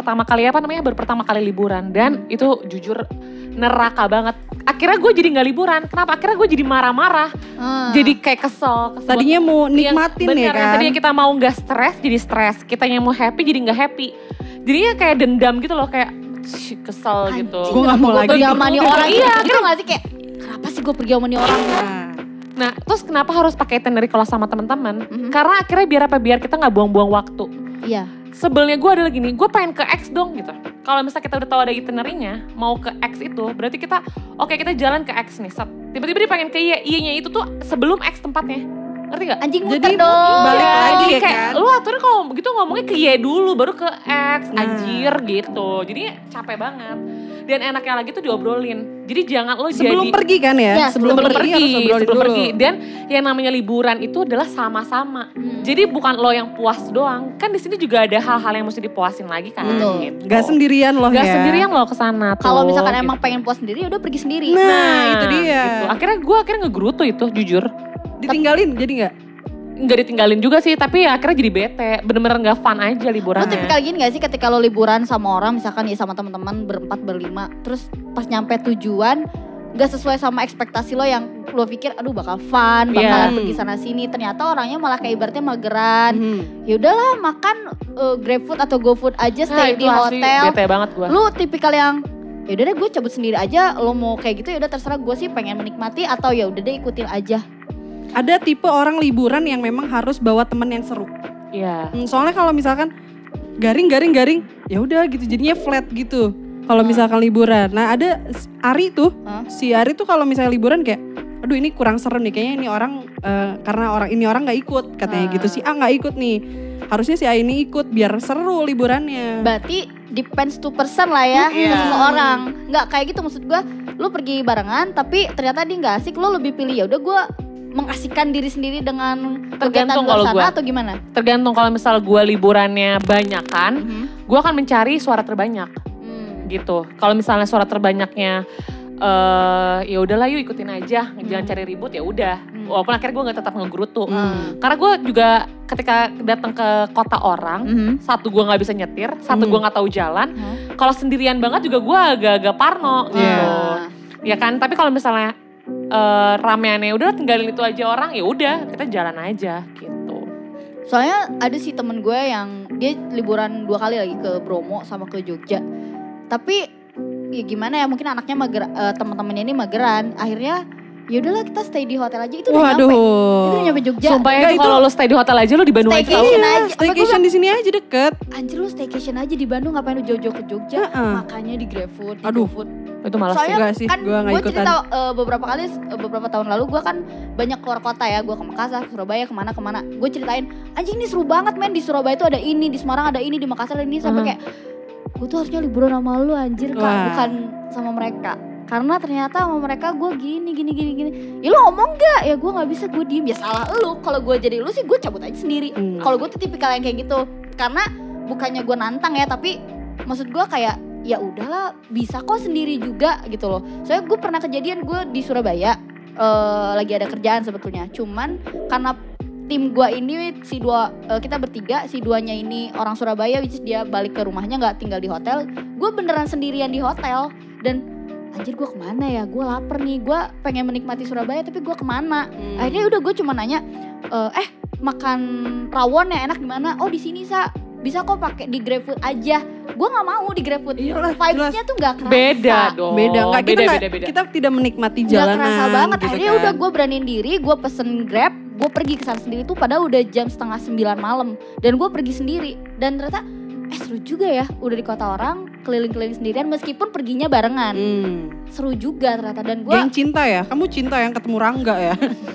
[SPEAKER 3] liburan, dan itu jujur neraka banget. Akhirnya gue jadi gak liburan. Kenapa? Akhirnya gue jadi marah-marah, jadi kayak kesel.
[SPEAKER 1] Tadinya mau nikmatin ya kan,
[SPEAKER 3] tadinya kita mau gak stres jadi stres, kitanya mau happy jadi gak happy, jadinya kayak dendam gitu loh, kayak kesel gitu.
[SPEAKER 1] Gue gak mau lagi
[SPEAKER 2] pergi sama nih orang. Iya gitu gak sih, kayak kenapa sih gue pergi sama nih orang.
[SPEAKER 3] Nah, terus kenapa harus pakai itinerary kalau sama teman-teman? Karena akhirnya biar kita nggak buang-buang waktu.
[SPEAKER 2] Iya.
[SPEAKER 3] Sebelnya gue adalah gini, gue pengen ke X dong gitu. Kalau misalnya kita udah tahu ada itinerary-nya, mau ke X itu, berarti kita kita jalan ke X nih. Tiba-tiba dia pengen ke Y, Y-nya itu tuh sebelum X tempatnya. Ngerti gak?
[SPEAKER 2] Anjing muter dong.
[SPEAKER 1] Balik lagi ya
[SPEAKER 3] kayak,
[SPEAKER 1] kan.
[SPEAKER 3] Lu aturnya kalau gitu ngomongnya ke Y dulu, baru ke X, anjir gitu. Jadi capek banget. Dan enaknya lagi tuh diobrolin. Jadi jangan lo
[SPEAKER 1] sebelum pergi kan ya?
[SPEAKER 3] Sebelum pergi.
[SPEAKER 1] Dulu.
[SPEAKER 3] Dan yang namanya liburan itu adalah sama-sama. Jadi bukan lo yang puas doang. Kan di sini juga ada hal-hal yang mesti dipuasin lagi kan. Gitu.
[SPEAKER 1] Gak sendirian loh
[SPEAKER 3] Gak sendirian lo kesana tuh.
[SPEAKER 2] Kalau misalkan
[SPEAKER 3] gitu.
[SPEAKER 2] emang pengen puas sendiri, udah pergi sendiri.
[SPEAKER 1] Nah itu dia.
[SPEAKER 3] Gitu. Akhirnya gue ngegerutu itu jujur.
[SPEAKER 1] Ditinggalin jadi gak?
[SPEAKER 3] Nggak ditinggalin juga sih, tapi ya akhirnya jadi bete. Bener-bener gak fun aja liburannya.
[SPEAKER 2] Lo tipikal gini gak sih ketika lo liburan sama orang, misalkan ya sama teman-teman berempat berlima, terus pas nyampe tujuan gak sesuai sama ekspektasi lo yang lo pikir aduh bakal fun, bakalan pergi sana sini, ternyata orangnya malah kayak ibaratnya mageran. Ya udahlah makan GrabFood atau GoFood aja, stay di hotel.
[SPEAKER 3] Bete banget gue.
[SPEAKER 2] Lo tipikal yang ya udah deh gue cabut sendiri aja, lo mau kayak gitu ya udah terserah, gue sih pengen menikmati, atau ya udah deh ikutin aja.
[SPEAKER 1] Ada tipe orang liburan yang memang harus bawa teman yang seru.
[SPEAKER 3] Iya.
[SPEAKER 1] Soalnya kalau misalkan garing, ya udah gitu, jadinya flat gitu. Kalau misalkan liburan, nah ada Ari tuh, si Ari tuh kalau misalnya liburan kayak, aduh ini kurang seru nih, kayaknya ini orang karena orang nggak ikut, katanya gitu. Si A nggak ikut nih, harusnya si A ini ikut biar seru liburannya.
[SPEAKER 2] Berarti depends to person lah ya, ke seseorang. Nggak kayak gitu, maksud gue, lu pergi barengan tapi ternyata dia nggak asik, lu lebih pilih ya udah gue mengasihkan diri sendiri dengan kegiatan luar sana atau gimana?
[SPEAKER 3] Tergantung, kalau misal gue liburannya banyakan, gue akan mencari suara terbanyak gitu. Kalau misalnya suara terbanyaknya ya udahlah yuk ikutin aja, jangan cari ribut ya udah. Walaupun akhirnya gue tetap ngegerutu. Karena gue juga ketika datang ke kota orang, satu gue nggak bisa nyetir, satu gue nggak tahu jalan. Kalau sendirian banget juga gue agak-agak parno gitu. Ya kan, tapi kalau misalnya rameannya udah tinggalin itu aja orang, ya udah kita jalan aja gitu.
[SPEAKER 2] Soalnya ada sih temen gue yang dia liburan 2 kali lagi ke Bromo sama ke Jogja. Tapi ya gimana ya, mungkin anaknya mager, teman-temannya ini mageran. Akhirnya ya udahlah kita stay di hotel aja, itu udah nyampe. Itu udah nyampe Jogja.
[SPEAKER 3] Sumpah ya, kalau lo stay di hotel aja lo di Bandung aja.
[SPEAKER 1] Staycation di sini aja deket.
[SPEAKER 2] Anjir lu staycation aja di Bandung, ngapain lu jauh-jauh ke Jogja? Makanya di GrabFood, di GoFood.
[SPEAKER 3] Itu malas
[SPEAKER 2] sih.
[SPEAKER 1] Soalnya kan
[SPEAKER 2] gue cerita beberapa tahun lalu gue kan banyak keluar kota ya. Gue ke Makassar, Surabaya, kemana. Gue ceritain, anjing ini seru banget men, di Surabaya tuh ada ini, di Semarang ada ini, di Makassar ada ini. Sampai kayak, gue tuh harusnya liburan sama lu anjir Kak, bukan sama mereka. Karena ternyata sama mereka gue gini. Ya lu ngomong gak? Ya gue gak bisa, gue diem. Ya salah lu. Kalau gue jadi lu sih gue cabut aja sendiri. Kalau gue tuh tipikal yang kayak gitu. Karena bukannya gue nantang ya, tapi maksud gue kayak ya udahlah, bisa kok sendiri juga gitu loh. Soalnya gue pernah kejadian, gue di Surabaya lagi ada kerjaan sebetulnya. Cuman karena tim gue ini kita bertiga, si 2-nya ini orang Surabaya, which is dia balik ke rumahnya, nggak tinggal di hotel. Gue beneran sendirian di hotel dan anjir gue kemana ya, gue lapar nih, gue pengen menikmati Surabaya tapi gue kemana? Akhirnya udah gue cuma nanya, makan rawon yang enak di mana? Oh di sini Sa, bisa kok pakai di GrabFood aja. Gue nggak mau di GrabFood. Vibes-nya tuh nggak kerasa.
[SPEAKER 3] Beda dong.
[SPEAKER 1] Beda. Kita tidak menikmati jalanan.
[SPEAKER 2] Gak kerasa banget.
[SPEAKER 1] Gitu
[SPEAKER 2] akhirnya
[SPEAKER 1] kan.
[SPEAKER 2] udah gue beraniin diri, gue pesen Grab, gue pergi ke sana sendiri tuh padahal udah jam 8:30 malam dan gue pergi sendiri. Dan ternyata seru juga ya, udah di kota orang, keliling-keliling sendirian meskipun perginya barengan. Seru juga ternyata. Dan gue
[SPEAKER 1] Geng cinta ya, kamu cinta yang ketemu Rangga ya?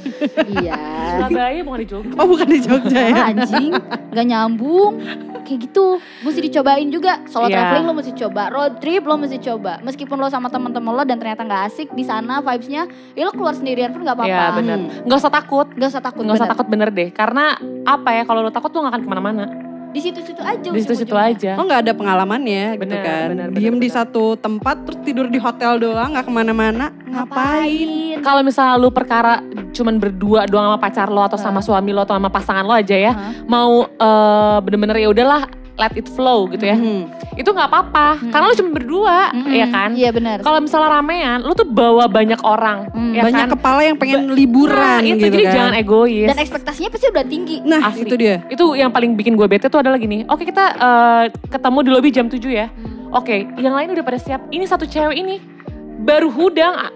[SPEAKER 2] Iya.
[SPEAKER 3] Surabaya bukan di Jogja.
[SPEAKER 1] Oh bukan di Jogja ya?
[SPEAKER 2] Anjing, gak nyambung. Kayak gitu, mesti dicobain juga. Solo traveling lo mesti coba, road trip lo mesti coba. Meskipun lo sama teman-teman lo dan ternyata nggak asik di sana vibes-nya, ya lo keluar sendirian pun nggak apa-apa.
[SPEAKER 3] Iya benar. Nggak usah takut.
[SPEAKER 2] Nggak usah takut.
[SPEAKER 3] Nggak usah takut bener deh. Karena apa ya, kalau lo takut lo nggak akan kemana-mana.
[SPEAKER 2] Di situ-situ aja.
[SPEAKER 3] Di situ-situ aja.
[SPEAKER 1] Oh nggak ada pengalamannya gitu kan? Diem di satu tempat terus tidur di hotel doang, nggak kemana-mana. Ngapain?
[SPEAKER 3] Kalau misalnya lu perkara cuman berdua doang sama pacar lo atau sama suami lo atau sama pasangan lo aja ya, mau bener-bener ya udahlah, let it flow gitu ya. Itu nggak apa-apa, karena lu cuma berdua, ya kan?
[SPEAKER 2] Iya benar.
[SPEAKER 3] Kalau misalnya ramean, lu tuh bawa banyak orang, ya
[SPEAKER 1] banyak
[SPEAKER 3] kan?
[SPEAKER 1] kepala yang pengen liburan
[SPEAKER 3] itu,
[SPEAKER 1] gitu
[SPEAKER 3] jadi
[SPEAKER 1] kan.
[SPEAKER 3] jangan egois.
[SPEAKER 2] Dan ekspektasinya pasti udah tinggi.
[SPEAKER 1] Nah
[SPEAKER 3] Asli.
[SPEAKER 1] itu dia.
[SPEAKER 3] Itu yang paling bikin gue bete tuh adalah gini. Oke kita ketemu di lobi jam 7 ya. Oke, yang lain udah pada siap. Ini satu cewek ini baru hudang.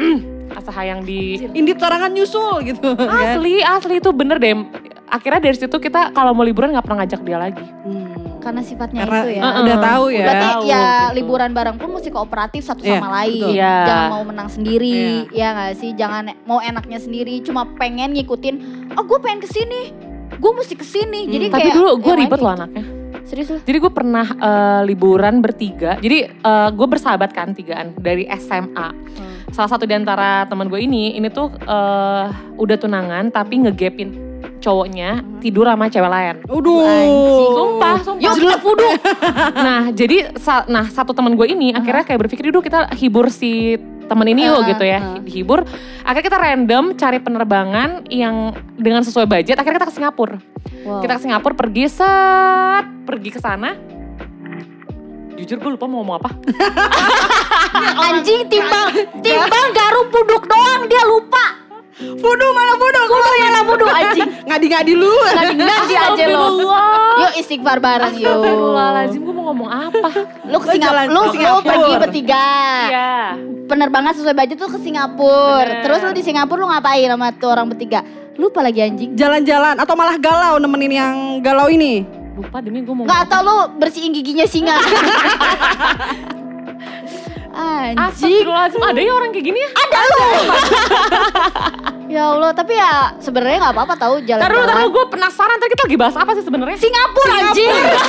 [SPEAKER 3] Asa hayang di
[SPEAKER 1] Indit sorangan nyusul gitu.
[SPEAKER 3] Asli itu bener deh. Akhirnya dari situ kita kalau mau liburan nggak pernah ngajak dia lagi.
[SPEAKER 2] Karena sifatnya
[SPEAKER 1] Karena
[SPEAKER 2] itu ya.
[SPEAKER 1] udah tahu ya.
[SPEAKER 2] Berarti
[SPEAKER 3] Tahu,
[SPEAKER 2] ya
[SPEAKER 3] gitu.
[SPEAKER 2] liburan bareng pun mesti kooperatif satu
[SPEAKER 1] Iya,
[SPEAKER 2] sama lain.
[SPEAKER 1] betul.
[SPEAKER 3] Iya.
[SPEAKER 2] Jangan mau menang sendiri, ya nggak sih? Jangan mau enaknya sendiri, cuma pengen ngikutin. Oh gue pengen kesini, gue mesti kesini. Jadi
[SPEAKER 3] Tapi
[SPEAKER 2] kayak
[SPEAKER 3] dulu gue
[SPEAKER 2] yang
[SPEAKER 3] ribet
[SPEAKER 2] lain
[SPEAKER 3] loh
[SPEAKER 2] gitu.
[SPEAKER 3] anaknya.
[SPEAKER 2] Serius loh?
[SPEAKER 3] Jadi gue pernah liburan bertiga. Jadi gue bersahabat kan tigaan dari SMA. Salah satu di antara teman gue ini tuh udah tunangan tapi ngegapin cowoknya tidur sama cewek lain. Sumpah.
[SPEAKER 2] Yuk kita fudu.
[SPEAKER 3] Nah jadi satu teman gue ini akhirnya kayak berpikir, "Duh kita hibur si temen ini yuk," gitu ya. Dihibur. Akhirnya kita random cari penerbangan yang dengan sesuai budget. Akhirnya kita ke Singapura.
[SPEAKER 2] Wow.
[SPEAKER 3] Kita ke Singapura pergi ke sana. Jujur gue lupa mau ngomong apa.
[SPEAKER 2] Anjing timbang garu puduk doang dia lupa.
[SPEAKER 1] Fudu malah fudu
[SPEAKER 2] Anjing.
[SPEAKER 1] Ngadi-ngadi lu.
[SPEAKER 2] Ngadi aja lo. Yuk istighfar bareng yuk.
[SPEAKER 3] Astagfirullahaladzim, gue mau ngomong apa?
[SPEAKER 2] Lu ke Singapura, lu pergi bertiga.
[SPEAKER 3] Iya.
[SPEAKER 2] Penerbangan sesuai budget tuh ke Singapura.
[SPEAKER 3] Bener.
[SPEAKER 2] Terus lu di Singapura lu ngapain sama tuh orang bertiga? Lupa lagi anjing.
[SPEAKER 1] Jalan-jalan atau malah galau nemenin yang galau ini.
[SPEAKER 3] Lupa demi gue mau
[SPEAKER 2] Nggak, atau lu bersihin giginya singa. Anjing.
[SPEAKER 3] Astagfirullahaladzim, ada ya orang kayak gini ya?
[SPEAKER 2] Ada lu. Ya Allah, tapi ya sebenarnya nggak apa-apa tahu jalan-jalan.
[SPEAKER 3] Taruh gue penasaran, tadi kita lagi bahas apa sih sebenarnya?
[SPEAKER 2] Singapura anjing.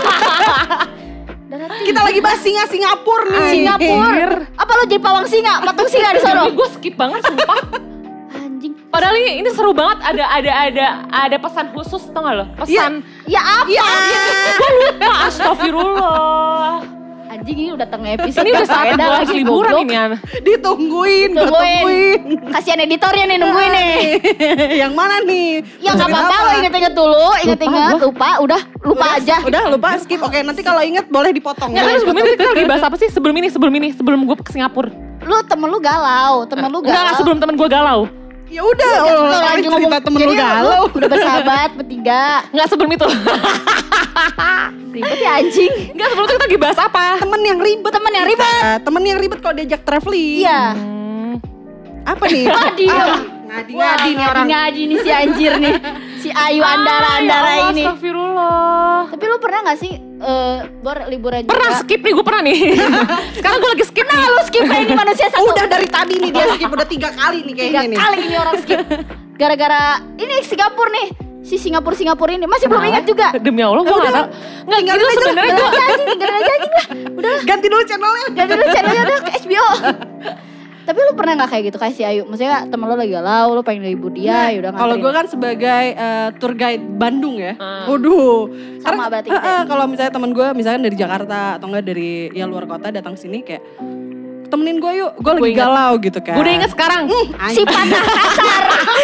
[SPEAKER 1] Kita lagi bahas Singapura nih.
[SPEAKER 2] Singapura. Apa lu jadi pawang singa, patung singa di sono?
[SPEAKER 3] Gue skip banget sumpah.
[SPEAKER 2] Anjing.
[SPEAKER 3] Padahal ini seru banget, ada pesan khusus, tau gak lo? Pesan.
[SPEAKER 2] Ya apa?
[SPEAKER 3] Gue lupa, astagfirullah.
[SPEAKER 2] Anjing. Anjing ini udah tengah episode.
[SPEAKER 3] Ini udah saatnya gue lagi liburan ini.
[SPEAKER 1] Ditungguin.
[SPEAKER 2] Kasihan editornya nih nungguin nih.
[SPEAKER 1] Yang mana nih?
[SPEAKER 2] Ya nggak apa-apa lo inget-inget dulu, inget-inget lupa aja.
[SPEAKER 1] Udah lupa skip. Oke, nanti kalau inget boleh dipotong.
[SPEAKER 3] Nggak, tapi sebelum ini kita lagi bahas apa sih? Sebelum gue ke Singapura.
[SPEAKER 2] Temen lu galau.
[SPEAKER 3] Enggak, sebelum temen gue galau.
[SPEAKER 1] Ya udah, lagi cerita temen lu galau.
[SPEAKER 2] Udah bersahabat bertiga.
[SPEAKER 3] Enggak, sebelum itu.
[SPEAKER 2] Ribet ya anjing.
[SPEAKER 3] Enggak, sebelum itu kita lagi bahas apa?
[SPEAKER 1] Temen yang ribet kalau diajak traveling.
[SPEAKER 2] Iya.
[SPEAKER 1] Apa nih? Ngadi nih orang.
[SPEAKER 2] Ngadi nih si anjir nih. Si Ayu Andara
[SPEAKER 3] Ya
[SPEAKER 2] ini.
[SPEAKER 3] Astagfirullah.
[SPEAKER 2] Tapi lu pernah gak sih liburan juga?
[SPEAKER 3] Pernah skip nih, gue pernah nih. Sekarang gue lagi skip.
[SPEAKER 2] Nah lu skip kayak ini manusia satu.
[SPEAKER 1] Udah dari tadi nih dia skip udah 3 kali nih kayaknya nih.
[SPEAKER 2] 3 kali ini orang skip. Gara-gara ini Singapura nih. Si Singapura ini masih belum ingat juga.
[SPEAKER 3] Demi Allah gue gak tau. Nggak gitu sebenarnya gue.
[SPEAKER 2] Tinggalin aja anjing lah. Udah.
[SPEAKER 1] Ganti dulu channelnya
[SPEAKER 2] Udah ke HBO. Tapi lu pernah gak kayak gitu kayak si Ayu? Maksudnya temen lu lagi galau, lu pengen libur dia, ya udah nganterin.
[SPEAKER 1] Kalau gue kan sebagai tour guide Bandung ya. Waduh.
[SPEAKER 2] Sama berarti kita.
[SPEAKER 1] Kalau misalnya temen gue misalkan dari Jakarta atau enggak dari luar kota datang sini kayak temenin gue yuk, gue lagi galau gitu kan.
[SPEAKER 3] Gue udah inget sekarang.
[SPEAKER 2] Si patah kasar.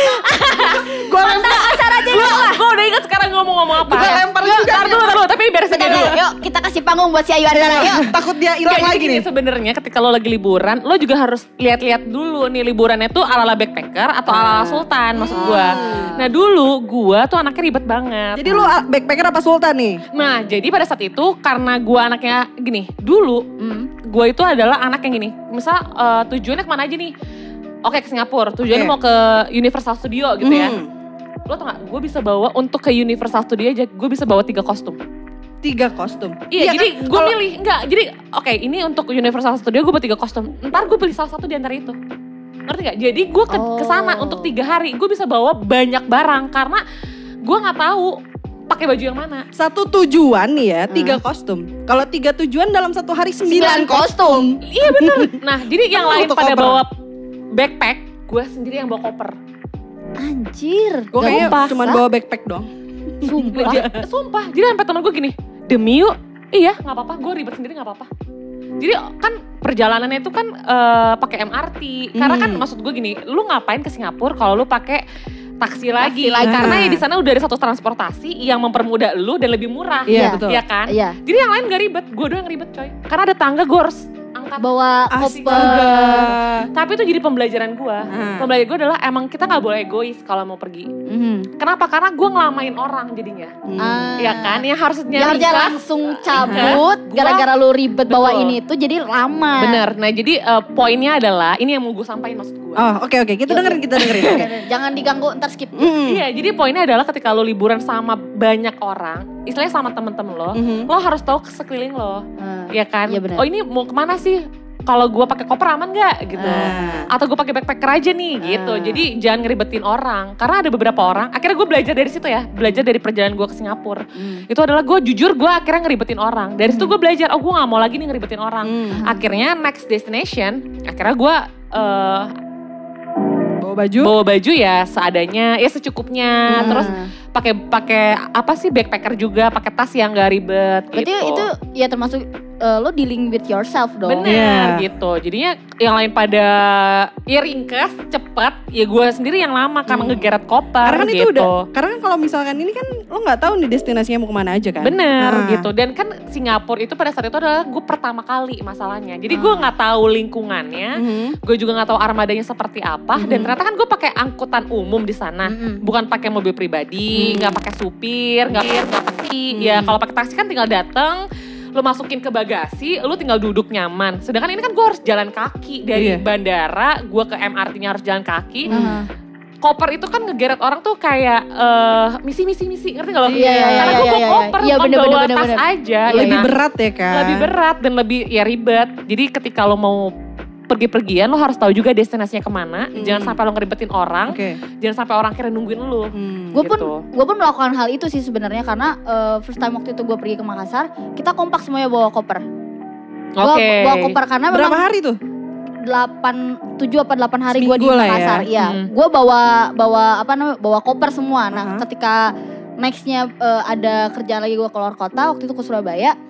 [SPEAKER 1] Gue lempar
[SPEAKER 2] kasar aja lah.
[SPEAKER 3] Gue udah inget sekarang ngomong apa.
[SPEAKER 1] Gue lempar juga.
[SPEAKER 3] Ntar dulu, tapi beresin dulu.
[SPEAKER 2] Yuk kita kasih panggung buat si Ayu Andara yuk.
[SPEAKER 1] Takut dia hilang lagi nih.
[SPEAKER 3] Sebenarnya ketika lo lagi liburan, lo juga harus lihat-lihat dulu nih liburannya tuh ala-ala backpacker atau ala-ala sultan maksud gue. Nah dulu gue tuh anaknya ribet banget.
[SPEAKER 1] Jadi lu backpacker apa sultan nih?
[SPEAKER 3] Nah jadi pada saat itu karena gue anaknya gini, dulu gue itu adalah anak yang gini. Misal tujuannya kemana aja nih? Oke ke Singapura, tujuannya mau ke Universal Studio gitu ya. Lo tau gak, gue bisa bawa untuk ke Universal Studio aja, gue bisa bawa 3 kostum.
[SPEAKER 1] 3 kostum?
[SPEAKER 3] Iya jadi gue milih, enggak, jadi oke, ini untuk Universal Studio gue bawa 3 kostum. Ntar gue pilih salah satu di antara itu. Ngerti gak? Jadi gue kesana untuk 3 hari, gue bisa bawa banyak barang karena gue gak tahu pakai baju yang mana.
[SPEAKER 1] Satu tujuan nih ya, 3 kostum. Kalau 3 tujuan dalam 1 hari 9 kostum.
[SPEAKER 3] Iya bener. Nah jadi yang lain pada
[SPEAKER 1] koper.
[SPEAKER 3] bawa backpack, gue sendiri yang bawa koper.
[SPEAKER 2] Anjir.
[SPEAKER 1] Gue kayaknya cuma bawa backpack doang.
[SPEAKER 3] Sumpah. Jadi sampai temen gue gini, demi yuk, iya nggak apa-apa, gue ribet sendiri nggak apa-apa. Jadi kan perjalanannya itu kan pakai MRT. Karena kan maksud gue gini, lu ngapain ke Singapura kalau lu pakai taksi lagi. Karena ya di sana udah ada satu transportasi yang mempermudah lu dan lebih murah.
[SPEAKER 1] Iya betul.
[SPEAKER 3] Iya kan?
[SPEAKER 2] Iya.
[SPEAKER 3] Jadi yang lain gak ribet, gue doang ribet coy. Karena ada tangga gue harus angkat.
[SPEAKER 2] Bawa koper.
[SPEAKER 3] Tapi itu jadi pembelajaran gue. Pembelajaran gue adalah emang kita gak boleh egois kalau mau pergi. Kenapa? Karena gue ngelamain orang jadinya. Iya kan? Yang harusnya
[SPEAKER 2] langsung cabut gara-gara lu ribet bawa ini tuh jadi lama.
[SPEAKER 3] Bener. Nah jadi poinnya adalah ini yang mau gue sampaikan maksud gue.
[SPEAKER 1] Oh oke. Kita dengerin. Okay.
[SPEAKER 2] Jangan diganggu ntar skip.
[SPEAKER 3] Iya jadi poinnya adalah ketika lo liburan sama banyak orang, istilahnya sama temen-temen lo, lo harus tahu sekeliling lo. Iya kan?
[SPEAKER 2] Iya bener.
[SPEAKER 3] Oh ini mau kemana sih? Kalau gue pakai koper aman nggak gitu? Atau gue pakai backpacker aja nih gitu. Jadi jangan ngeribetin orang. Karena ada beberapa orang. Akhirnya gue belajar dari situ ya. Belajar dari perjalanan gue ke Singapura. Itu adalah gue jujur gue akhirnya ngeribetin orang. Dari situ gue belajar. Oh gue nggak mau lagi nih ngeribetin orang. Akhirnya next destination. Akhirnya gue bawa baju ya seadanya, ya secukupnya. Terus pakai apa sih backpacker juga, pakai tas yang gak ribet.
[SPEAKER 2] Berarti
[SPEAKER 3] gitu.
[SPEAKER 2] itu ya termasuk lo dealing with yourself dong.
[SPEAKER 3] Bener gitu. Jadinya yang lain pada ya ringkas, cepat. Ya gue sendiri yang lama karena ngegeret koper.
[SPEAKER 1] Karena kan
[SPEAKER 3] gitu.
[SPEAKER 1] itu udah. Karena kan kalau misalkan ini kan lo nggak tahu nih destinasinya mau kemana aja kan.
[SPEAKER 3] Bener gitu. Dan kan Singapura itu pada saat itu adalah gue pertama kali masalahnya. Jadi gue nggak tahu lingkungannya. Gue juga nggak tahu armadanya seperti apa. Dan ternyata kan gue pakai angkutan umum di sana. Bukan pakai mobil pribadi, nggak pakai supir, nggak pakai taksi. Ya kalau pakai taksi kan tinggal datang. Lo masukin ke bagasi, lo tinggal duduk nyaman. Sedangkan ini kan gue harus jalan kaki dari bandara, gue ke MRT-nya harus jalan kaki. Koper itu kan ngegeret orang tuh kayak misi, ngerti gak lo? Karena gue bawa koper, bukan bawa tas aja.
[SPEAKER 1] Lebih berat ya kan?
[SPEAKER 3] Lebih berat dan lebih ya ribet. Jadi ketika lo mau pergi-pergian lo harus tahu juga destinasinya kemana. Jangan sampai lo ngeribetin orang. Jangan sampai orang kira nungguin lo.
[SPEAKER 2] Gue pun melakukan hal itu sih sebenarnya karena first time waktu itu gue pergi ke Makassar, kita kompak semuanya bawa koper. Bawa koper karena
[SPEAKER 1] berapa hari tuh?
[SPEAKER 2] 7 apa 8 hari gue di Makassar. Iya. Gue bawa koper semua. Nah, ketika nextnya ada kerjaan lagi gue keluar kota, waktu itu ke Surabaya.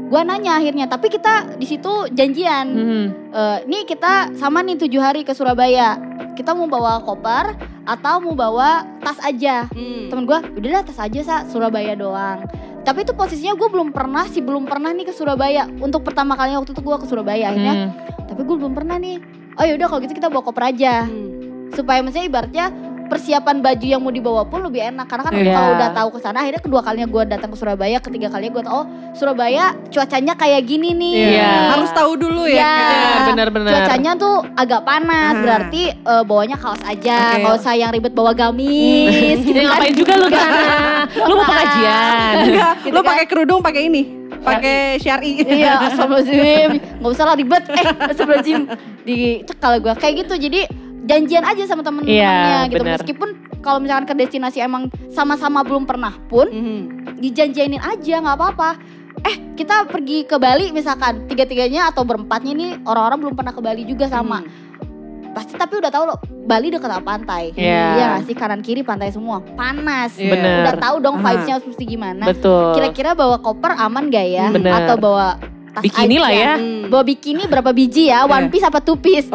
[SPEAKER 2] gue nanya akhirnya, tapi kita di situ janjian. Nih kita sama nih 7 hari ke Surabaya. Kita mau bawa koper atau mau bawa tas aja. Temen gue, udahlah tas aja Surabaya doang. Tapi itu posisinya gue belum pernah nih ke Surabaya. Untuk pertama kalinya waktu itu gue ke Surabaya akhirnya. Tapi gue belum pernah nih. Oh yaudah kalau gitu kita bawa koper aja. Supaya misalnya ibaratnya persiapan baju yang mau dibawa pun lebih enak. Karena kan kalau udah tahu ke sana, akhirnya kedua kalinya gue datang ke Surabaya, ketiga kalinya gue tahu oh Surabaya cuacanya kayak gini nih.
[SPEAKER 1] Harus tahu dulu ya.
[SPEAKER 3] Benar-benar.
[SPEAKER 2] Cuacanya tuh agak panas, berarti bawanya kaos aja. Kalau saya yang ribet bawa gamis.
[SPEAKER 3] Gitu kan. Ngapain juga lu ke sana? Lu mau pengajian?
[SPEAKER 1] Enggak,
[SPEAKER 2] Gitu
[SPEAKER 1] lu
[SPEAKER 2] kan.
[SPEAKER 1] pakai kerudung pakai ini. Pakai syari.
[SPEAKER 2] Iya, astagfirullahaladzim. Gak usah lah ribet. Astagfirullahaladzim. Dicekal gue kayak gitu. Jadi janjian aja sama temen-temennya gitu.
[SPEAKER 3] Bener.
[SPEAKER 2] Meskipun kalau misalkan ke destinasi emang sama-sama belum pernah pun, dijanjianin aja nggak apa-apa. Kita pergi ke Bali misalkan, 3-3-nya atau berempatnya nih orang-orang belum pernah ke Bali juga sama. Pasti tapi udah tahu loh, Bali dekat sama pantai. Iya nggak sih, kanan kiri pantai semua, panas.
[SPEAKER 3] Bener.
[SPEAKER 2] Udah tahu dong vibes-nya mesti gimana.
[SPEAKER 3] Betul.
[SPEAKER 2] Kira-kira bawa koper aman gak ya?
[SPEAKER 3] Bener.
[SPEAKER 2] Atau bawa tas
[SPEAKER 3] Bikini
[SPEAKER 2] aja.
[SPEAKER 3] lah ya.
[SPEAKER 2] Bawa bikini berapa biji ya? One piece apa 2 piece?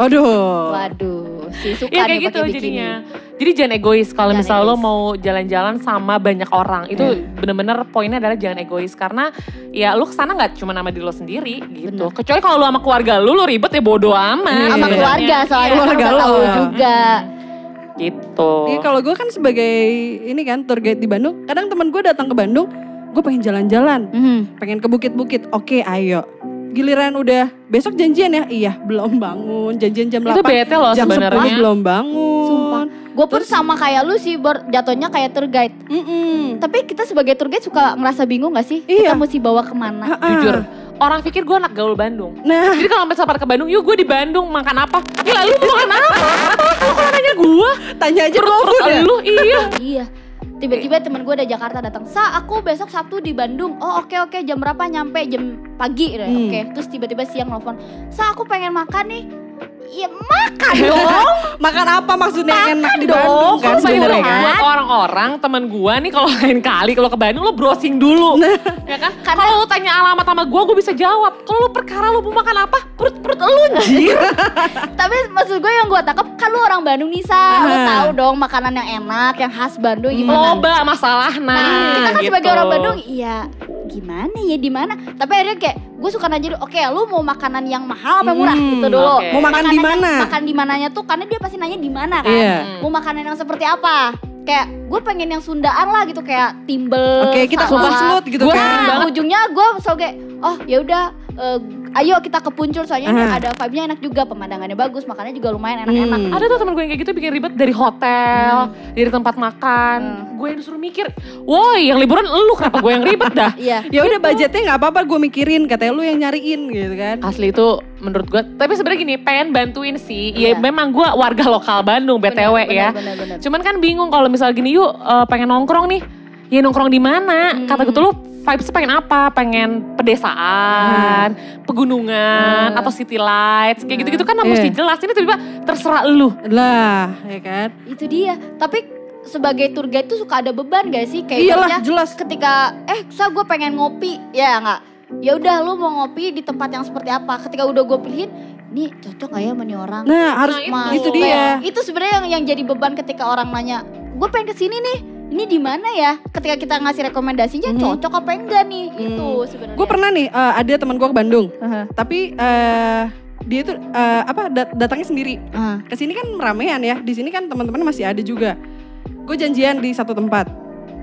[SPEAKER 2] Waduh, si suka
[SPEAKER 3] Iya
[SPEAKER 2] nih
[SPEAKER 3] kayak gitu
[SPEAKER 2] pakai bikini.
[SPEAKER 3] jadinya. Jadi jangan egois kalau
[SPEAKER 2] Jangan
[SPEAKER 3] misalnya lo
[SPEAKER 2] egois.
[SPEAKER 3] mau jalan-jalan sama banyak orang. Itu bener-bener poinnya adalah jangan egois. Karena ya lo kesana gak cuma sama diri lo sendiri gitu.
[SPEAKER 2] Bener.
[SPEAKER 3] Kecuali kalau lo sama keluarga lo ribet ya bodo amat.
[SPEAKER 2] Sama
[SPEAKER 3] sebenarnya.
[SPEAKER 2] keluarga soalnya kan
[SPEAKER 1] keluarga
[SPEAKER 2] udah
[SPEAKER 1] lo.
[SPEAKER 2] tahu juga.
[SPEAKER 3] Gitu.
[SPEAKER 1] Iya, kalau gue kan sebagai ini kan tour guide di Bandung, kadang teman gue datang ke Bandung, gue pengen jalan-jalan, pengen ke bukit-bukit. Oke, ayo. Giliran udah besok janjian ya, iya belum bangun, janjian jam 8,
[SPEAKER 3] Itu bete loh
[SPEAKER 1] jam 10
[SPEAKER 3] sebenarnya.
[SPEAKER 1] belum bangun.
[SPEAKER 2] Sumpah. Gue pun sama kayak lu sih, jatuhnya kayak tour guide. Tapi kita sebagai tour guide suka ngerasa bingung gak sih?
[SPEAKER 1] Iya.
[SPEAKER 2] Kita mesti bawa kemana?
[SPEAKER 3] Jujur, orang pikir gue anak gaul Bandung.
[SPEAKER 1] Nah,
[SPEAKER 3] Jadi kalau misalnya pada ke Bandung, yuk gue di Bandung makan apa? Gila lu mau makan apa? Lu kalau nanya gue,
[SPEAKER 1] tanya aja
[SPEAKER 3] perut
[SPEAKER 1] ya.
[SPEAKER 3] lu iya.
[SPEAKER 2] Iya. Tiba-tiba temen gue dari Jakarta datang, aku besok Sabtu di Bandung. Oh oke, jam berapa nyampe? Jam pagi. Oke. Terus tiba-tiba siang nelfon, aku pengen makan nih. Ya makan dong.
[SPEAKER 1] Makan apa maksudnya enak di
[SPEAKER 2] dong.
[SPEAKER 1] Bandung kan
[SPEAKER 3] Kan
[SPEAKER 1] sebenarnya kan?
[SPEAKER 3] buat orang-orang teman gua nih kalau lain kali kalau ke Bandung lo browsing dulu. Ya kan? Kalau lo tanya alamat sama gua bisa jawab. Kalau lo perkara lo mau makan apa? Perut lo anjir.
[SPEAKER 2] Tapi maksud gue yang gue tangkap, kan lu orang Bandung nih lu tahu dong makanan yang enak, yang khas Bandung gimana.
[SPEAKER 3] Loba masalah
[SPEAKER 2] Kita kan
[SPEAKER 3] gitu.
[SPEAKER 2] sebagai orang Bandung, iya gimana ya di mana? Tapi akhirnya kayak gue suka nanya dulu, oke lu mau makanan yang mahal apa murah gitu dulu.
[SPEAKER 3] oke.
[SPEAKER 1] Mau makan di mana?
[SPEAKER 2] Makan di mananya tuh karena dia pasti nanya di mana kan.
[SPEAKER 1] Iya.
[SPEAKER 2] Mau makanan yang seperti apa? Kayak gue pengen yang Sundaan lah gitu, kayak timbel.
[SPEAKER 1] Oke, kita
[SPEAKER 2] salad.
[SPEAKER 1] kupas lut gitu
[SPEAKER 3] Gua
[SPEAKER 1] kan.
[SPEAKER 2] Nah, ujungnya gue selalu kayak, oh ya udah, ayo kita ke Puncul soalnya ini ada vibe-nya enak juga, pemandangannya bagus, makannya juga lumayan enak-enak.
[SPEAKER 3] Ada tuh temen gue yang kayak gitu bikin ribet dari hotel, dari tempat makan. Gue yang disuruh mikir, woi yang liburan lu kenapa gue yang ribet dah?
[SPEAKER 2] Iya.
[SPEAKER 1] Ya udah budgetnya nggak apa-apa, gue mikirin. Katanya lu yang nyariin gitu kan.
[SPEAKER 3] Asli itu menurut gue, tapi sebenarnya gini pengen bantuin sih. Ya
[SPEAKER 2] Iya.
[SPEAKER 3] memang gue warga lokal Bandung BTW ya.
[SPEAKER 2] Bener.
[SPEAKER 3] Cuman kan bingung kalau misalnya gini yuk pengen nongkrong nih. Ya nongkrong di mana? Kata gue tuh lu vibes pengen apa? Pengen pedesaan, pegunungan, atau city lights. Kayak gitu-gitu kan mesti jelas. Ini tiba-tiba terserah lu.
[SPEAKER 1] Lah, ya kan.
[SPEAKER 2] Itu dia. Tapi sebagai tour guide tuh suka ada beban gak sih? Kayak
[SPEAKER 1] Iyalah,
[SPEAKER 2] ibaratnya
[SPEAKER 1] jelas.
[SPEAKER 2] ketika gue pengen ngopi, ya nggak? Ya udah lu mau ngopi di tempat yang seperti apa? Ketika udah gue pilihin, ini cocok gak ya sama nih orang?
[SPEAKER 1] Nah, harus
[SPEAKER 3] Nah,
[SPEAKER 1] itu
[SPEAKER 2] Kayak,
[SPEAKER 1] dia.
[SPEAKER 2] Itu sebenarnya yang jadi beban ketika orang nanya, gue pengen kesini nih. Ini di mana ya? Ketika kita ngasih rekomendasinya cocok apa enggak nih? Itu sebenarnya.
[SPEAKER 1] Gue pernah nih ada teman gue ke Bandung,
[SPEAKER 2] Aha.
[SPEAKER 1] tapi dia tuh datangnya sendiri.
[SPEAKER 2] Aha.
[SPEAKER 1] Kesini kan ramean ya, di sini kan teman-teman masih ada juga. Gue janjian di satu tempat,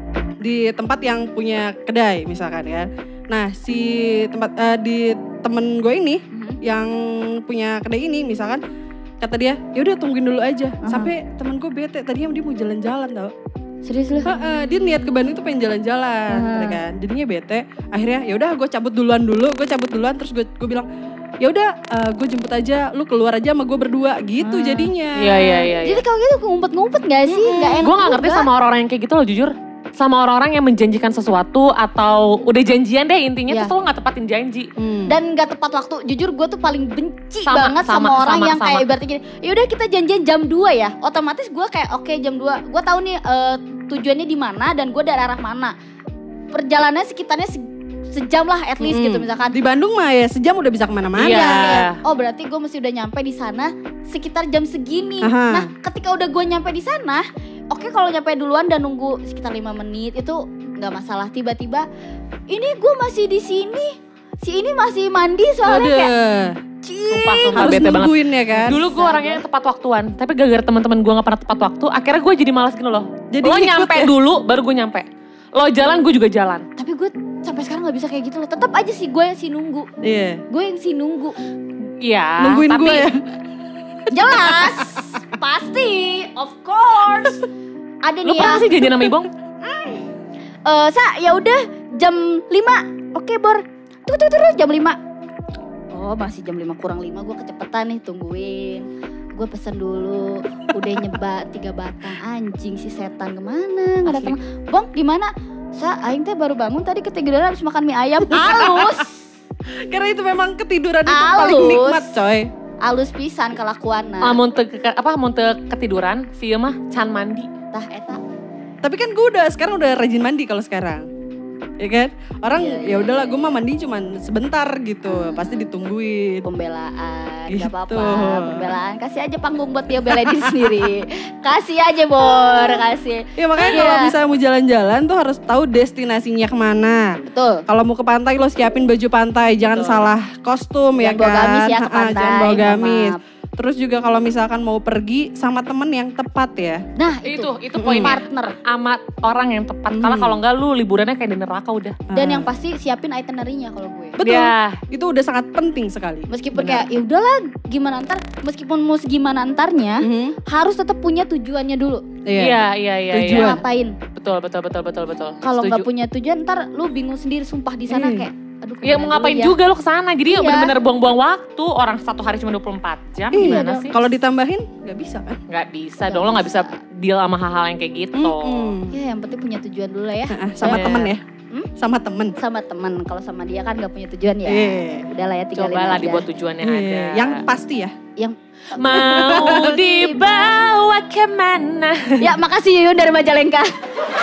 [SPEAKER 1] di tempat yang punya kedai misalkan ya. Nah si tempat di temen gue ini yang punya kedai ini misalkan, kata dia, ya udah tungguin dulu aja. Sampai temen gue bete, tadinya dia mau jalan-jalan tau.
[SPEAKER 2] Serius lu?
[SPEAKER 1] Dia niat ke Bandung tuh pengen jalan-jalan, gitu kan. Jadinya bete. Akhirnya ya udah gue cabut duluan terus gue bilang, ya udah gue jemput aja, lu keluar aja sama gue berdua gitu jadinya.
[SPEAKER 3] Iya.
[SPEAKER 2] Jadi kalau gitu ngumpet-ngumpet gak sih? Gak enak
[SPEAKER 3] Gue gak ngerti
[SPEAKER 2] juga.
[SPEAKER 3] sama orang-orang yang kayak gitu loh jujur. Sama orang-orang yang menjanjikan sesuatu atau udah janjian deh intinya
[SPEAKER 2] Iya.
[SPEAKER 3] terus lo gak tepatin janji.
[SPEAKER 2] Dan gak tepat waktu. Jujur gue tuh paling benci
[SPEAKER 3] Sama,
[SPEAKER 2] banget sama orang
[SPEAKER 3] sama,
[SPEAKER 2] yang kayak
[SPEAKER 3] sama.
[SPEAKER 2] ibaratnya gini, yaudah kita janjian jam 2 ya. Otomatis gue kayak oke, jam 2. Gue tahu nih tujuannya di mana dan gue dari arah mana. Perjalanannya sekitarnya sejam lah at least gitu misalkan.
[SPEAKER 1] Di Bandung mah ya sejam udah bisa kemana-mana.
[SPEAKER 3] Iya.
[SPEAKER 2] Oh berarti gue mesti udah nyampe di sana sekitar jam segini.
[SPEAKER 1] Aha.
[SPEAKER 2] Nah ketika udah gue nyampe di sana, oke kalau nyampe duluan dan nunggu sekitar 5 menit itu nggak masalah. Tiba-tiba ini gue masih di sini, si ini masih mandi soalnya kayak
[SPEAKER 3] Sumpah
[SPEAKER 1] harus
[SPEAKER 3] bete banget.
[SPEAKER 1] nungguin ya kan.
[SPEAKER 3] Dulu gue orangnya yang tepat waktuan, tapi gara-gara teman-teman gue gak pernah tepat waktu, akhirnya gue jadi malas gini loh.
[SPEAKER 1] Jadi
[SPEAKER 3] Lo
[SPEAKER 1] ikut
[SPEAKER 3] nyampe
[SPEAKER 1] ya?
[SPEAKER 3] dulu, baru gue nyampe. Lo jalan, gue juga jalan.
[SPEAKER 2] Tapi gue sampai sekarang nggak bisa kayak gitu loh. Tetap aja sih gue yang si nunggu.
[SPEAKER 1] Iya.
[SPEAKER 2] Gue yang si nunggu.
[SPEAKER 3] Iya.
[SPEAKER 1] Nungguin
[SPEAKER 3] tapi
[SPEAKER 1] gue ya.
[SPEAKER 2] Jelas, pasti, of course. Ada
[SPEAKER 3] Lo
[SPEAKER 2] nih
[SPEAKER 3] pernah
[SPEAKER 2] ya.
[SPEAKER 3] sih janjian sama Ibong?
[SPEAKER 2] Ya udah jam 5. Oke, Bor. Tunggu jam 5. Oh, masih jam 5 kurang 5 gue kecepatan nih tungguin. Gue pesen dulu, udah nyebat 3 batang. Anjing si setan kemana? Nggak datang. Bong, gimana? Aing teh baru bangun tadi ketiduran habis makan mie ayam. Alus.
[SPEAKER 1] Karena itu memang ketiduran itu
[SPEAKER 2] Alus.
[SPEAKER 1] paling nikmat coy.
[SPEAKER 2] Alus pisan kelakuanna.
[SPEAKER 3] Mun teu ketiduran, si mah can mandi.
[SPEAKER 2] Tah eta.
[SPEAKER 1] Tapi kan gue sekarang udah rajin mandi kalau sekarang. Ya kan? Orang ya udahlah gue mah mandi cuman sebentar gitu. Pasti ditungguin.
[SPEAKER 2] Pembelaan,
[SPEAKER 1] Gitu.
[SPEAKER 2] gak apa-apa. Pembelaan, kasih aja panggung buat dia belain diri sendiri. Kasih aja Bor, kasih.
[SPEAKER 1] Ya makanya
[SPEAKER 2] Iya.
[SPEAKER 1] kalau misalnya mau jalan-jalan tuh harus tahu destinasinya kemana.
[SPEAKER 2] Betul.
[SPEAKER 1] Kalau mau ke pantai lo siapin baju pantai, jangan salah kostum ya
[SPEAKER 2] Jangan bawa
[SPEAKER 1] kan.
[SPEAKER 2] gamis ya ke pantai,
[SPEAKER 1] Jangan bawa gamis.
[SPEAKER 2] maaf.
[SPEAKER 1] Terus juga kalau misalkan mau pergi sama temen yang tepat ya.
[SPEAKER 2] Nah
[SPEAKER 3] Itu poinnya.
[SPEAKER 2] partner.
[SPEAKER 3] Amat orang yang tepat. Karena kalau enggak lu liburannya kayak di neraka udah.
[SPEAKER 2] Dan yang pasti siapin itinerary-nya kalau gue.
[SPEAKER 1] Betul.
[SPEAKER 3] Ya.
[SPEAKER 1] Itu udah sangat penting sekali.
[SPEAKER 2] Meskipun kayak ya udahlah gimana ntar, meskipun mau segimana antarnya, harus tetap punya tujuannya dulu.
[SPEAKER 3] Iya.
[SPEAKER 1] Tujuan.
[SPEAKER 2] Mau ngapain?
[SPEAKER 3] Betul.
[SPEAKER 2] Kalau nggak
[SPEAKER 3] Setuju.
[SPEAKER 2] punya tujuan ntar lu bingung sendiri sumpah di sana kayak aduh
[SPEAKER 3] Ya
[SPEAKER 2] kemana
[SPEAKER 3] mau ngapain
[SPEAKER 2] dulu ya?
[SPEAKER 3] juga lo kesana. Jadi
[SPEAKER 2] Iya.
[SPEAKER 3] bener-bener buang-buang waktu. Orang satu hari cuma 24 jam.
[SPEAKER 1] Iya
[SPEAKER 3] Gimana
[SPEAKER 2] dong.
[SPEAKER 3] sih?
[SPEAKER 1] Kalau ditambahin nggak bisa kan?
[SPEAKER 3] Nggak bisa dong. Lo nggak bisa deal sama hal-hal yang kayak gitu.
[SPEAKER 2] Ya yang penting punya tujuan dulu lah ya.
[SPEAKER 1] Sama
[SPEAKER 3] Iya.
[SPEAKER 1] temen ya. Sama temen.
[SPEAKER 2] Sama teman. Kalau sama dia kan nggak punya tujuan ya.
[SPEAKER 1] Iya.
[SPEAKER 2] Udahlah ya tinggalin
[SPEAKER 3] Cobalah
[SPEAKER 2] aja.
[SPEAKER 3] dibuat tujuannya
[SPEAKER 1] Iya,
[SPEAKER 3] ada.
[SPEAKER 1] yang pasti ya.
[SPEAKER 2] Yang
[SPEAKER 3] Mau dibawa kemana?
[SPEAKER 2] ya makasih Yuyun dari Majalengka.